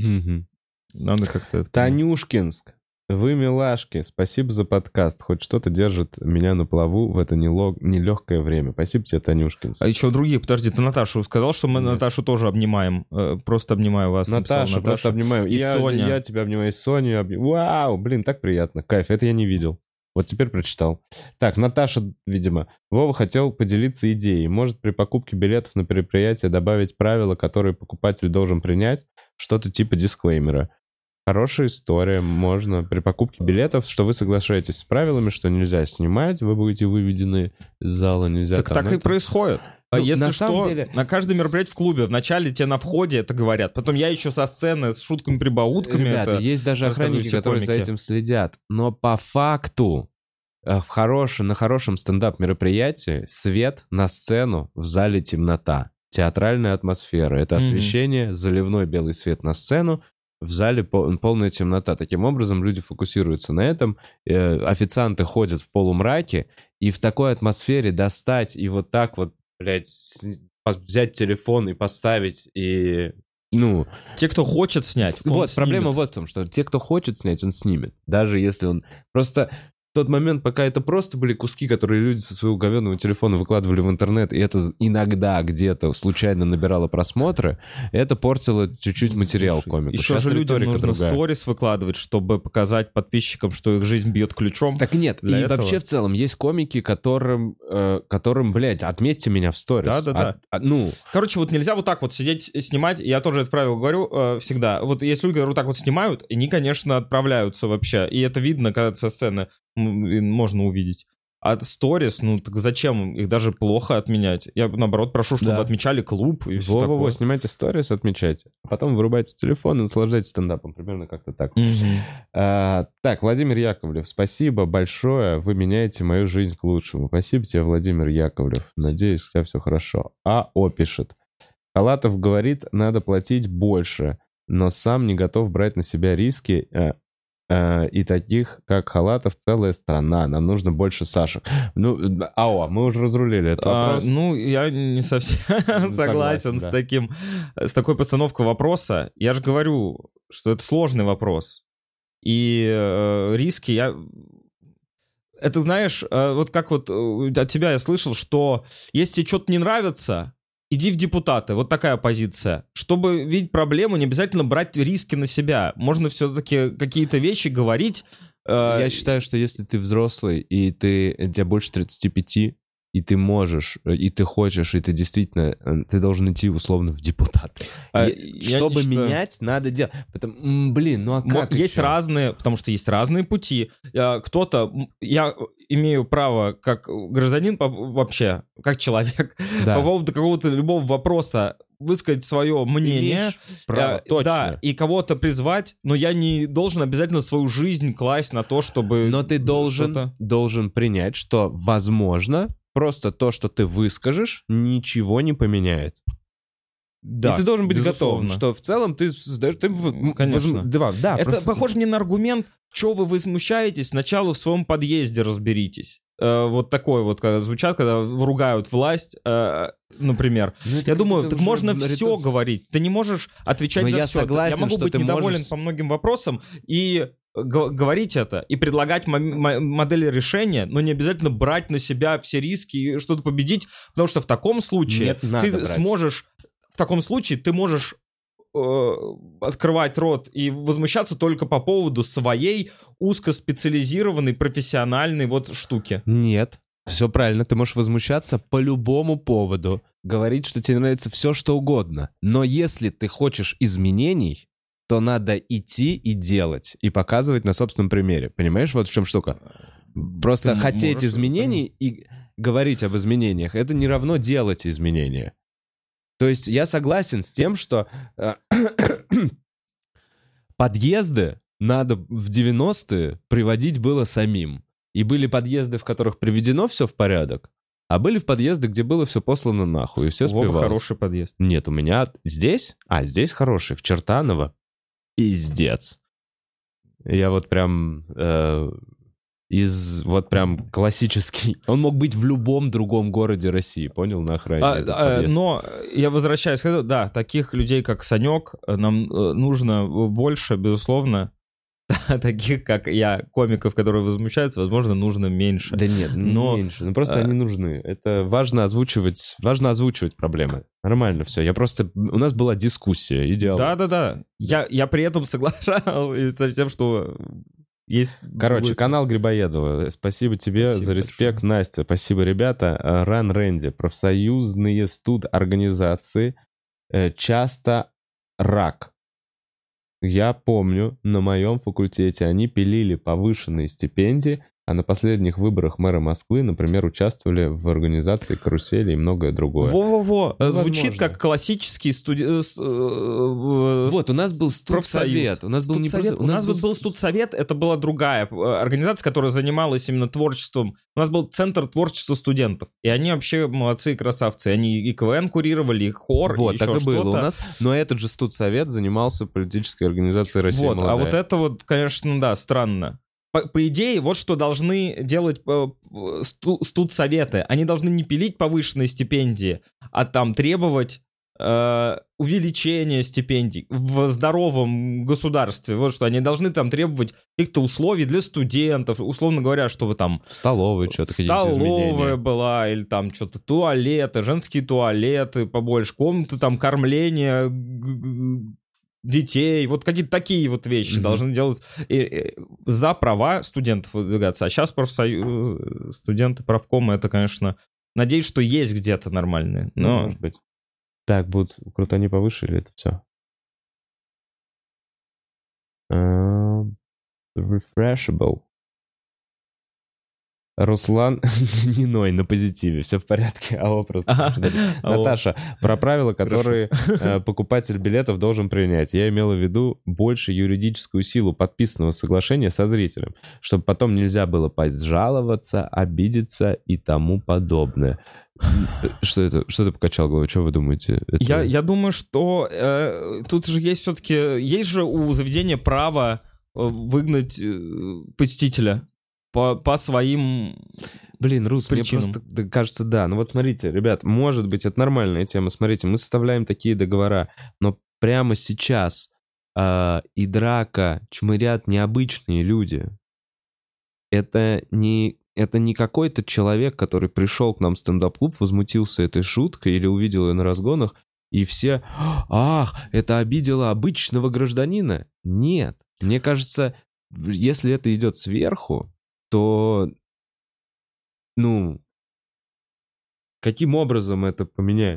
Speaker 2: Надо как-то это...
Speaker 1: Танюшкинск. Вы милашки, спасибо за подкаст. Хоть что-то держит меня на плаву в это нелегкое время. Спасибо тебе, Танюшкин.
Speaker 2: А еще другие, подожди, ты Наташу сказал, что мы Наташу тоже обнимаем. Просто обнимаю вас.
Speaker 1: Наташа, просто обнимаю.
Speaker 2: И Соня.
Speaker 1: Я тебя обнимаю, и Соню. Вау, блин, так приятно. Кайф, это я не видел. Вот теперь прочитал. Так, Наташа, видимо. Вова хотел поделиться идеей. Может, при покупке билетов на мероприятие добавить правила, которые покупатель должен принять? Что-то типа дисклеймера. Хорошая история. Можно при покупке билетов, что вы соглашаетесь с правилами, что нельзя снимать, вы будете выведены из зала, нельзя
Speaker 2: так
Speaker 1: там...
Speaker 2: Так и происходит.
Speaker 1: Ну,
Speaker 2: если
Speaker 1: на
Speaker 2: что,
Speaker 1: самом деле...
Speaker 2: на каждом мероприятии в клубе вначале тебе на входе это говорят. Потом я еще со сцены с шутками-прибаутками.
Speaker 1: Ребята, есть даже охранники, которые за этим следят. Но по факту на хорошем стендап-мероприятии свет на сцену, в зале темнота. Театральная атмосфера. Это освещение, заливной белый свет на сцену, в зале полная темнота. Таким образом, люди фокусируются на этом. Официанты ходят в полумраке, и в такой атмосфере достать и вот так вот, блядь, взять телефон и поставить, и... Ну...
Speaker 2: Те, кто хочет снять,
Speaker 1: вот, проблема вот в том, что те, кто хочет снять, он снимет. Даже если он... Просто... В тот момент, пока это просто были куски, которые люди со своего говенного телефона выкладывали в интернет, и это иногда где-то случайно набирало просмотры, это портило чуть-чуть материал комика.
Speaker 2: Еще же людям нужно сторис выкладывать, чтобы показать подписчикам, что их жизнь бьет ключом.
Speaker 1: Так нет, и этого. Вообще в целом есть комики, которым, блядь, отметьте меня в сторис.
Speaker 2: Да.
Speaker 1: Ну...
Speaker 2: Короче, вот нельзя вот так вот сидеть, снимать, я тоже это правило говорю всегда. Вот если люди вот так вот снимают, они, конечно, отправляются вообще, и это видно, когда со сцены можно увидеть. А сторис, ну так зачем? Их даже плохо отменять. Я, наоборот, прошу, чтобы отмечали клуб и все такое.
Speaker 1: Снимайте сторис, отмечайте. А потом вырубайте телефон и наслаждайтесь стендапом. Примерно как-то так. Так, Владимир Яковлев, спасибо большое. Вы меняете мою жизнь к лучшему. Спасибо тебе, Владимир Яковлев. Надеюсь, у тебя все хорошо. АО пишет. Халатов говорит, надо платить больше, но сам не готов брать на себя риски. И таких, как Халатов, целая страна. Нам нужно больше Сашек. Ну, мы уже разрулили этот вопрос.
Speaker 2: Ну, я не совсем согласен с такой постановкой вопроса. Я же говорю, что это сложный вопрос. И риски Это, знаешь, вот как вот от тебя я слышал, что если тебе что-то не нравится, иди в депутаты. Вот такая позиция. Чтобы видеть проблему, не обязательно брать риски на себя. Можно все-таки какие-то вещи говорить.
Speaker 1: Я считаю, что если ты взрослый, и тебе больше 35, и ты можешь, и ты хочешь, и ты действительно, ты должен идти условно в депутаты. Чтобы менять, надо делать. Блин, ну а как
Speaker 2: есть разные, потому что есть разные пути. Кто-то, я имею право как гражданин вообще, как человек, по поводу какого-то любого вопроса высказать свое мнение.
Speaker 1: Право, точно.
Speaker 2: Да, и кого-то призвать, но я не должен обязательно свою жизнь класть на то, чтобы...
Speaker 1: Но ты должен принять, что, возможно, просто то, что ты выскажешь, ничего не поменяет.
Speaker 2: Да,
Speaker 1: и ты должен быть
Speaker 2: безусловно.
Speaker 1: готов, что в целом ты создаешь...
Speaker 2: Конечно.
Speaker 1: Да,
Speaker 2: это похоже мне на аргумент, что вы возмущаетесь, сначала в своем подъезде разберитесь. Вот такой вот, когда звучат, когда ругают власть, например. Я думаю, так можно все говорить. Ты не можешь отвечать за все.
Speaker 1: Согласен,
Speaker 2: я могу быть недоволен по многим вопросам и говорить это, и предлагать модели решения, но не обязательно брать на себя все риски и что-то победить, потому что в таком случае в таком случае ты можешь открывать рот и возмущаться только по поводу своей узкоспециализированной профессиональной вот штуки.
Speaker 1: Нет, все правильно, ты можешь возмущаться по любому поводу, говорить, что тебе нравится все, что угодно. Но если ты хочешь изменений, то надо идти и делать, и показывать на собственном примере. Понимаешь, вот в чем штука? Просто хотеть изменений и говорить об изменениях, это не равно делать изменения. То есть я согласен с тем, что подъезды надо в 90-е приводить было самим. И были подъезды, в которых приведено все в порядок, а были в подъезды, где было все послано нахуй, и все спивалось.
Speaker 2: Вова хороший подъезд.
Speaker 1: Нет, у меня здесь, здесь хороший, в Чертаново, пиздец. Я вот прям... вот прям классический. Он мог быть в любом другом городе России, понял, на охране.
Speaker 2: Но я возвращаюсь к этому, да, таких людей, как Санек, нам нужно больше, безусловно. Таких, как я, комиков, которые возмущаются, возможно, нужно меньше.
Speaker 1: Да нет, меньше. Просто они нужны. Это важно озвучивать проблемы. Нормально все. У нас была дискуссия, идеально.
Speaker 2: Да. Я при этом соглашался со всем, что...
Speaker 1: Канал Грибоедова. Спасибо тебе за респект, большое. Настя. Спасибо, ребята. Ран Рэнди. Профсоюзные студ-организации. Часто рак. Я помню, на моем факультете они пилили повышенные стипендии, а на последних выборах мэра Москвы, например, участвовали в организации «Карусели» и многое другое.
Speaker 2: Во-во-во. Звучит как классический
Speaker 1: Вот, у нас был студсовет. У нас был
Speaker 2: студсовет, это была другая организация, которая занималась именно творчеством. У нас был центр творчества студентов. И они вообще молодцы и красавцы. Они и КВН курировали, и хор,
Speaker 1: вот,
Speaker 2: и еще
Speaker 1: так и
Speaker 2: что-то.
Speaker 1: было у нас. Но этот же студсовет занимался политической организацией «Россия молодая».
Speaker 2: А вот это вот, конечно, да, странно. По идее, вот что должны делать студсоветы. Они должны не пилить повышенные стипендии, а там требовать увеличения стипендий в здоровом государстве. Вот что они должны там требовать каких-то условий для студентов. Условно говоря, что вы там...
Speaker 1: В столовой что-то
Speaker 2: Столовая была, или там что-то туалеты, женские туалеты побольше, комнаты там кормления... детей, вот какие-то такие вот вещи должны делать за права студентов выдвигаться. А сейчас студенты правкома, это, конечно, надеюсь, что есть где-то нормальные. Но...
Speaker 1: Может быть. Так, будут круто они повышили это все. Refreshable. Руслан не ной, на позитиве, все в порядке. Алло, просто. Наташа, про правила, которые покупатель билетов должен принять. Я имела в виду больше юридическую силу подписанного соглашения со зрителем, чтобы потом нельзя было пожаловаться, обидеться и тому подобное. Что это? Что ты покачал головой? Что вы думаете?
Speaker 2: Я думаю, что тут же есть все-таки... Есть же у заведения право выгнать посетителя по своим
Speaker 1: Блин, Рус,
Speaker 2: причинам.
Speaker 1: мне просто кажется, да. Ну вот смотрите, ребят, может быть, это нормальная тема. Смотрите, мы составляем такие договора, но прямо сейчас и драка чмырят необычные люди. Это не какой-то человек, который пришел к нам в стендап-клуб, возмутился этой шуткой или увидел ее на разгонах, и все, ах, это обидело обычного гражданина. Нет. Мне кажется, если это идет сверху, то, ну, каким образом это поменяет?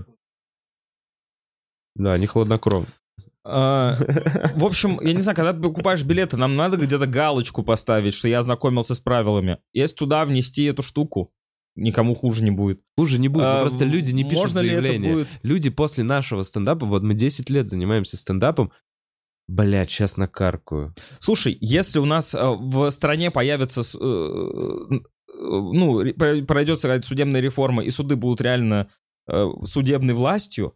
Speaker 1: Да, не хладнокровно.
Speaker 2: В общем, я не знаю, когда ты покупаешь билеты, нам надо где-то галочку поставить, что я ознакомился с правилами. Если туда внести эту штуку, никому хуже не будет.
Speaker 1: Хуже не будет, но просто люди не пишут
Speaker 2: можно ли это
Speaker 1: заявления.
Speaker 2: будет?
Speaker 1: Люди после нашего стендапа, вот мы 10 лет занимаемся стендапом, блядь, сейчас накаркаю.
Speaker 2: Слушай, если у нас в стране появится, пройдется какая-то судебная реформа, и суды будут реально судебной властью,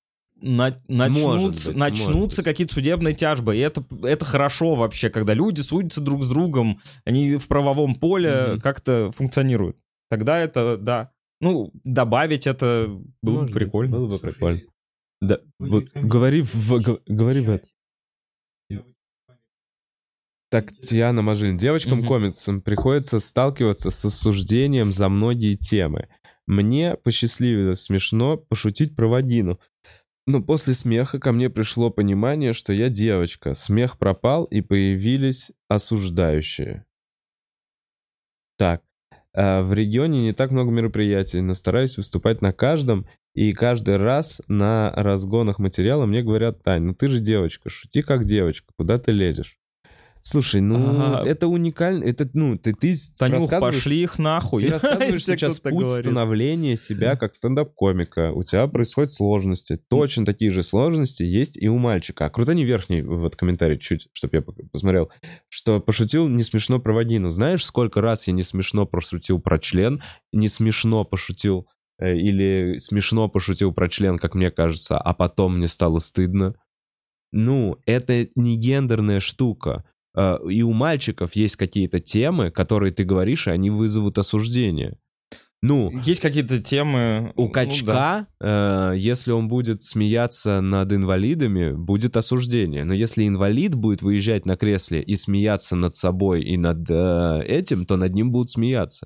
Speaker 2: начнутся какие-то судебные тяжбы. И это хорошо вообще, когда люди судятся друг с другом, они в правовом поле как-то функционируют. Тогда это, да. Ну, добавить это было бы прикольно.
Speaker 1: Было бы прикольно. Да, вот говори в это. Так, Татьяна Мажин. Девочкам-комиксам приходится сталкиваться с осуждением за многие темы. Мне посчастливилось смешно пошутить про вагину. Но после смеха ко мне пришло понимание, что я девочка. Смех пропал, и появились осуждающие. Так, в регионе не так много мероприятий, но стараюсь выступать на каждом, и каждый раз на разгонах материала мне говорят: Тань, ну ты же девочка, шути как девочка, куда ты лезешь? Слушай, это уникально, это, ты
Speaker 2: Танюх, пошли их нахуй.
Speaker 1: Ты рассказываешь сейчас путь становления себя как стендап-комика. У тебя происходят сложности. Точно такие же сложности есть и у мальчика. А крутани верхний вот комментарий чуть, чтобы я посмотрел, что пошутил не смешно про вагину. Знаешь, сколько раз я не смешно пошутил про член, не смешно пошутил или смешно пошутил про член, как мне кажется, а потом мне стало стыдно. Это не гендерная штука. И у мальчиков есть какие-то темы, которые ты говоришь, и они вызовут осуждение.
Speaker 2: Есть какие-то темы...
Speaker 1: У качка, если он будет смеяться над инвалидами, будет осуждение. Но если инвалид будет выезжать на кресле и смеяться над собой и над этим, то над ним будут смеяться.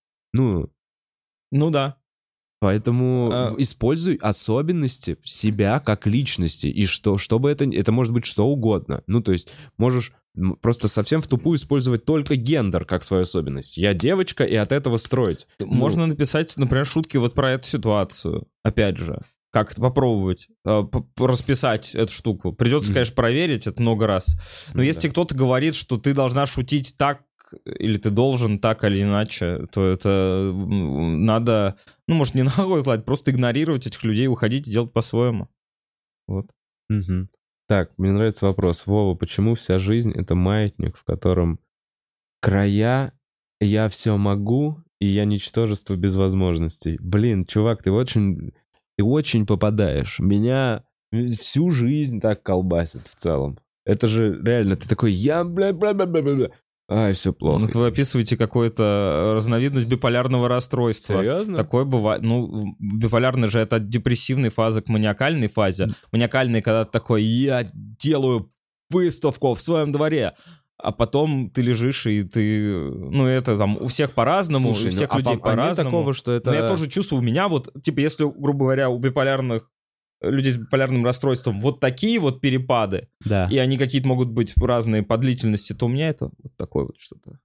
Speaker 2: Да.
Speaker 1: Поэтому используй особенности себя как личности. И чтобы это может быть что угодно. То есть можешь просто совсем в тупую использовать только гендер как свою особенность. Я девочка, и от этого строить.
Speaker 2: Можно написать, например, шутки вот про эту ситуацию. Опять же, как это попробовать, расписать эту штуку. Придется, конечно, проверить это много раз. Но если кто-то говорит, что ты должна шутить так, или ты должен так или иначе, то это надо, может, не нахуй слать, просто игнорировать этих людей, уходить и делать по-своему. Вот.
Speaker 1: Угу. Так, мне нравится вопрос. Вова, почему вся жизнь — это маятник, в котором края «я все могу» и «я ничтожество без возможностей»? Блин, чувак, ты очень попадаешь. Меня всю жизнь так колбасит в целом. Это же реально, ты такой «я, бля-бля-бля-бля-бля». Ай, все плохо.
Speaker 2: Вы описываете какую-то разновидность биполярного расстройства.
Speaker 1: Серьезно?
Speaker 2: Такое бывает. Биполярный же это от депрессивной фазы к маниакальной фазе. Маниакальный, когда ты такой: я делаю выставку в своем дворе. А потом ты лежишь, и ты... это там у всех по-разному,
Speaker 1: Слушай,
Speaker 2: у всех людей по-разному.
Speaker 1: Нет такого, что это...
Speaker 2: Но я тоже чувствую, у меня если, грубо говоря, у биполярных людей с биполярным расстройством вот такие вот перепады,
Speaker 1: да.
Speaker 2: И они какие-то могут быть разные по длительности, то у меня это вот такое вот что-то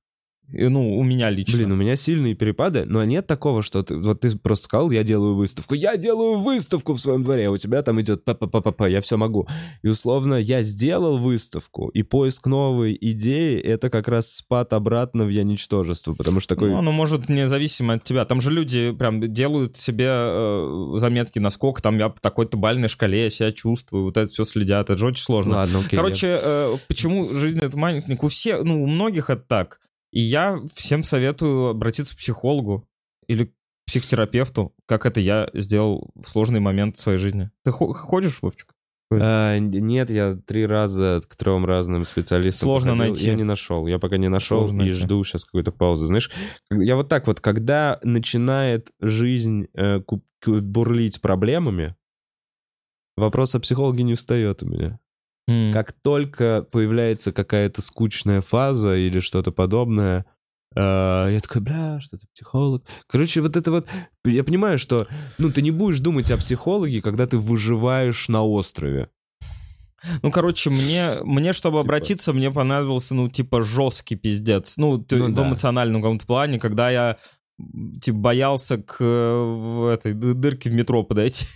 Speaker 2: Ну, у меня лично.
Speaker 1: Блин, у меня сильные перепады, но нет такого, что вот ты просто сказал, я делаю выставку в своем дворе, а у тебя там идет я все могу. И условно я сделал выставку, и поиск новой идеи — это как раз спад обратно в я ничтожество, потому что такой...
Speaker 2: Ну, оно может независимо от тебя. Там же люди прям делают себе заметки, насколько там я по такой-то бальной шкале я себя чувствую, вот это все следят, это же очень сложно.
Speaker 1: Ладно, окей.
Speaker 2: Короче, почему жизнь — это маятник? У многих это так. И я всем советую обратиться к психологу или к психотерапевту, как это я сделал в сложный момент в своей жизни. Ты ходишь, Вовчик?
Speaker 1: Нет, я 3 раза к 3 разным специалистам
Speaker 2: Сложно
Speaker 1: походил.
Speaker 2: найти.
Speaker 1: Я не нашел, я пока не нашел
Speaker 2: Сложно
Speaker 1: и
Speaker 2: найти.
Speaker 1: жду сейчас какой-то паузы. Знаешь, я вот так вот, когда начинает жизнь бурлить проблемами, вопрос о психологе не встает у меня. Как только появляется какая-то скучная фаза или что-то подобное, я такой, что ты психолог. Короче, вот это вот... Я понимаю, что ты не будешь думать о психологе, когда ты выживаешь на острове.
Speaker 2: Ну, короче, мне чтобы обратиться, мне понадобился, жесткий пиздец. В эмоциональном каком-то плане, когда я боялся в этой дырке в метро подойти.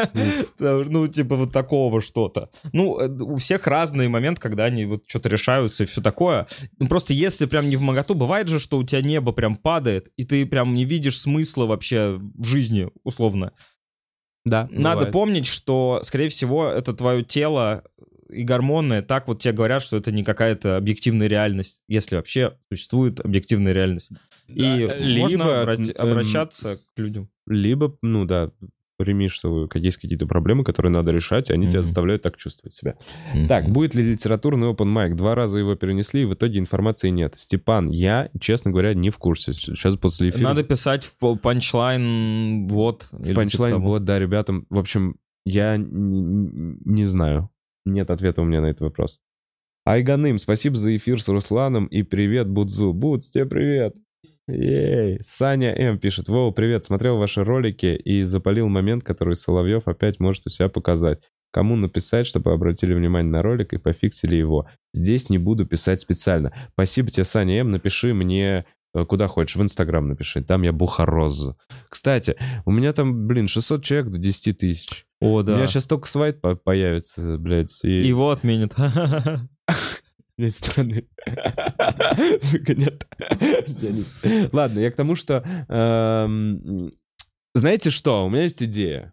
Speaker 2: Вот такого что-то. У всех разные моменты, когда они вот что-то решаются и все такое. Просто если прям не вмоготу, бывает же, что у тебя небо прям падает, и ты прям не видишь смысла вообще в жизни, условно.
Speaker 1: Да,
Speaker 2: Надо
Speaker 1: бывает.
Speaker 2: помнить, что, скорее всего, это твое тело и гормоны так вот тебе говорят, что это не какая-то объективная реальность, если вообще существует объективная реальность. Да, и можно обращаться к людям.
Speaker 1: Либо, прими, что есть какие-то проблемы, которые надо решать, и они тебя заставляют так чувствовать себя. Так, будет ли литературный open mic? 2 раза его перенесли, и в итоге информации нет. Степан, я, честно говоря, не в курсе. Сейчас после эфира...
Speaker 2: Надо писать в панчлайн-бот.
Speaker 1: В панчлайн-бот, да, ребятам. В общем, я не знаю. Нет ответа у меня на этот вопрос. Айганым, спасибо за эфир с Русланом, и привет, Будзу. Будз, тебе привет. Ей. Саня М. пишет: Вова, привет, смотрел ваши ролики и запалил момент, который Соловьев опять может у себя показать. Кому написать, чтобы обратили внимание на ролик и пофиксили его? Здесь не буду писать специально. Спасибо тебе, Саня М. Напиши мне куда хочешь, в Инстаграм напиши. Там я Бухароз. Кстати, у меня там, 600 человек до 10 тысяч.
Speaker 2: О, да.
Speaker 1: У меня сейчас только свайп появится, блядь. И...
Speaker 2: Его отменят.
Speaker 1: Блядь, странный. Сука, нет. Ладно, я к тому, что... Знаете что? У меня есть идея.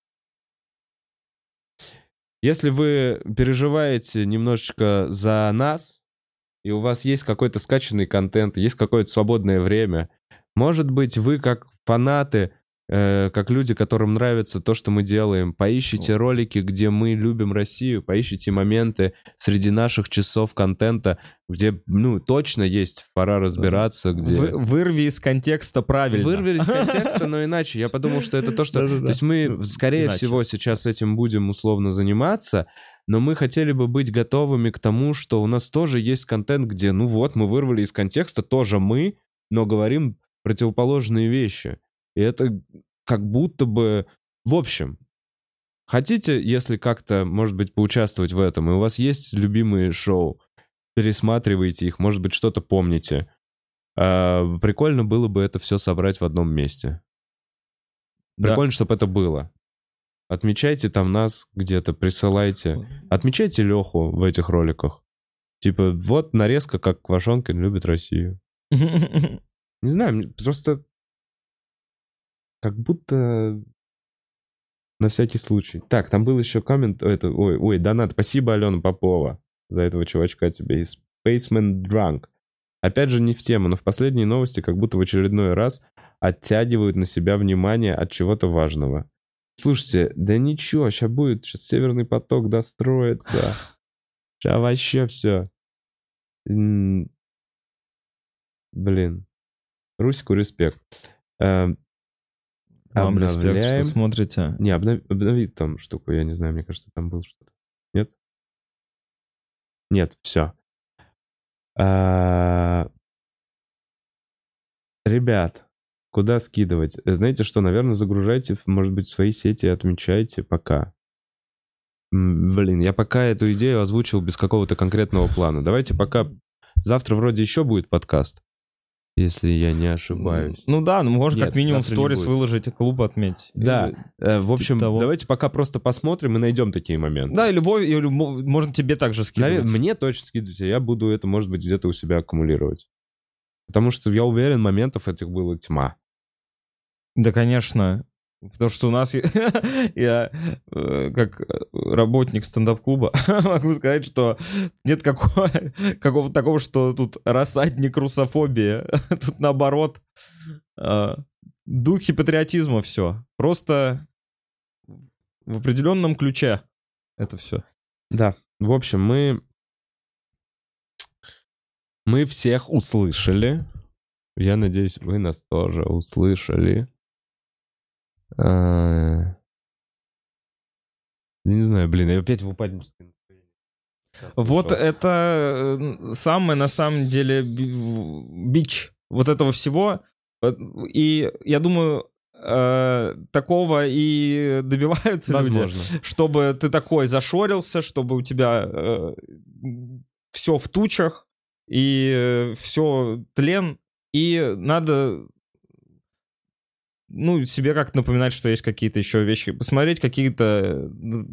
Speaker 1: Если вы переживаете немножечко за нас, и у вас есть какой-то скачанный контент, есть какое-то свободное время, может быть, вы как фанаты, как люди, которым нравится то, что мы делаем, поищите ролики, где мы любим Россию, поищите моменты среди наших часов контента, где, точно есть пора разбираться, где...
Speaker 2: Вырви из контекста правильно.
Speaker 1: Вырви из контекста, но иначе. Я подумал, что это то, что... То есть мы, скорее всего, сейчас этим будем условно заниматься, но мы хотели бы быть готовыми к тому, что у нас тоже есть контент, где, мы вырвали из контекста, тоже мы, но говорим противоположные вещи. И это как будто бы... В общем, хотите, если как-то, может быть, поучаствовать в этом, и у вас есть любимые шоу, пересматривайте их, может быть, что-то помните. Прикольно было бы это все собрать в одном месте. Прикольно, чтобы это было. Отмечайте там нас где-то, присылайте. Отмечайте Леху в этих роликах. Типа, вот нарезка, как Квашонкин любит Россию. Не знаю, просто... Как будто на всякий случай. Так, там был еще коммент. Донат. Спасибо, Алена Попова, за этого чувачка тебе. И Spaceman Drunk. Опять же, не в тему, но в последней новости как будто в очередной раз оттягивают на себя внимание от чего-то важного. Слушайте, да ничего, сейчас будет, сейчас Северный поток достроится. Сейчас вообще все. Русику респект.
Speaker 2: Вам респект, что смотрите.
Speaker 1: Не, обнови там штуку, я не знаю, мне кажется, там было что-то. Нет? Нет, все. Ребят, куда скидывать? Знаете что, наверное, загружайте, может быть, в свои сети и отмечайте пока. Я пока эту идею озвучил без какого-то конкретного плана. Давайте пока... Завтра вроде еще будет подкаст. если я не ошибаюсь.
Speaker 2: Ну да, ну можно
Speaker 1: Нет,
Speaker 2: как минимум в
Speaker 1: завтра не
Speaker 2: сторис
Speaker 1: будет.
Speaker 2: выложить, клуб отметить.
Speaker 1: Да,
Speaker 2: Или
Speaker 1: в общем,
Speaker 2: того.
Speaker 1: давайте пока просто посмотрим и найдем такие моменты.
Speaker 2: Да, или можно тебе также скидывать.
Speaker 1: Мне точно скидывайте, я буду это, может быть, где-то у себя аккумулировать. Потому что я уверен, моментов этих было тьма.
Speaker 2: Да, конечно. Потому что у нас, я как работник стендап-клуба могу сказать, что нет какого-то такого, что тут рассадник русофобии. Тут наоборот, духе патриотизма все. Просто в определенном ключе это все.
Speaker 1: Да, в общем, мы всех услышали. Я надеюсь, вы нас тоже услышали. Не знаю, блин, я опять в упадническое настроение.
Speaker 2: Вот это самый, на самом деле, бич вот этого всего. И я думаю, такого и добиваются
Speaker 1: Возможно.
Speaker 2: люди, чтобы ты такой зашорился, чтобы у тебя все в тучах, и все тлен, и надо... Ну, себе как-то напоминать, что есть какие-то еще вещи. Посмотреть какие-то...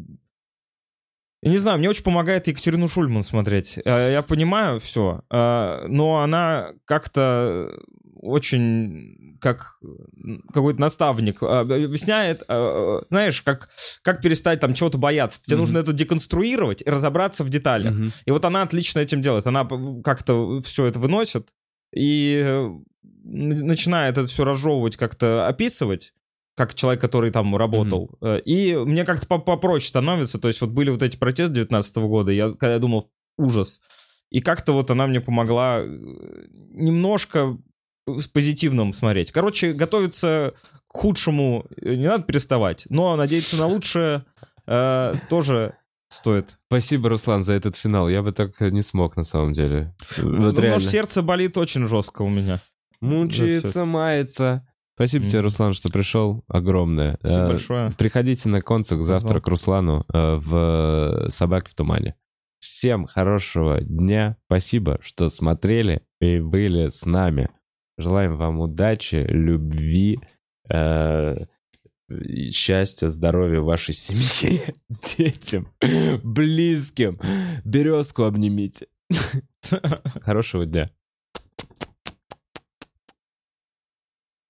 Speaker 2: Я не знаю, мне очень помогает Екатерину Шульман смотреть. Я понимаю все, но она как-то очень как какой-то наставник объясняет, знаешь, как перестать там чего-то бояться. Тебе нужно это деконструировать и разобраться в деталях. И вот она отлично этим делает. Она как-то все это выносит и начинает это все разжевывать, как-то описывать, как человек, который там работал. И мне как-то попроще становится. То есть вот были вот эти протесты 2019 года, когда я думал, ужас. И как-то вот она мне помогла немножко с позитивным смотреть. Короче, готовиться к худшему не надо переставать, но надеяться на лучшее тоже стоит.
Speaker 1: Спасибо, Руслан, за этот финал. Я бы так не смог, на самом деле. Вот
Speaker 2: Но
Speaker 1: реально.
Speaker 2: сердце болит очень жестко у меня.
Speaker 1: Мучается, мается. Спасибо тебе, Руслан, что пришел. Огромное.
Speaker 2: Спасибо большое.
Speaker 1: Приходите на концерт завтра к Руслану в «Собаке в тумане». Всем хорошего дня. Спасибо, что смотрели и были с нами. Желаем вам удачи, любви, счастья, здоровья вашей семье, детям, близким. Березку обнимите. Хорошего дня.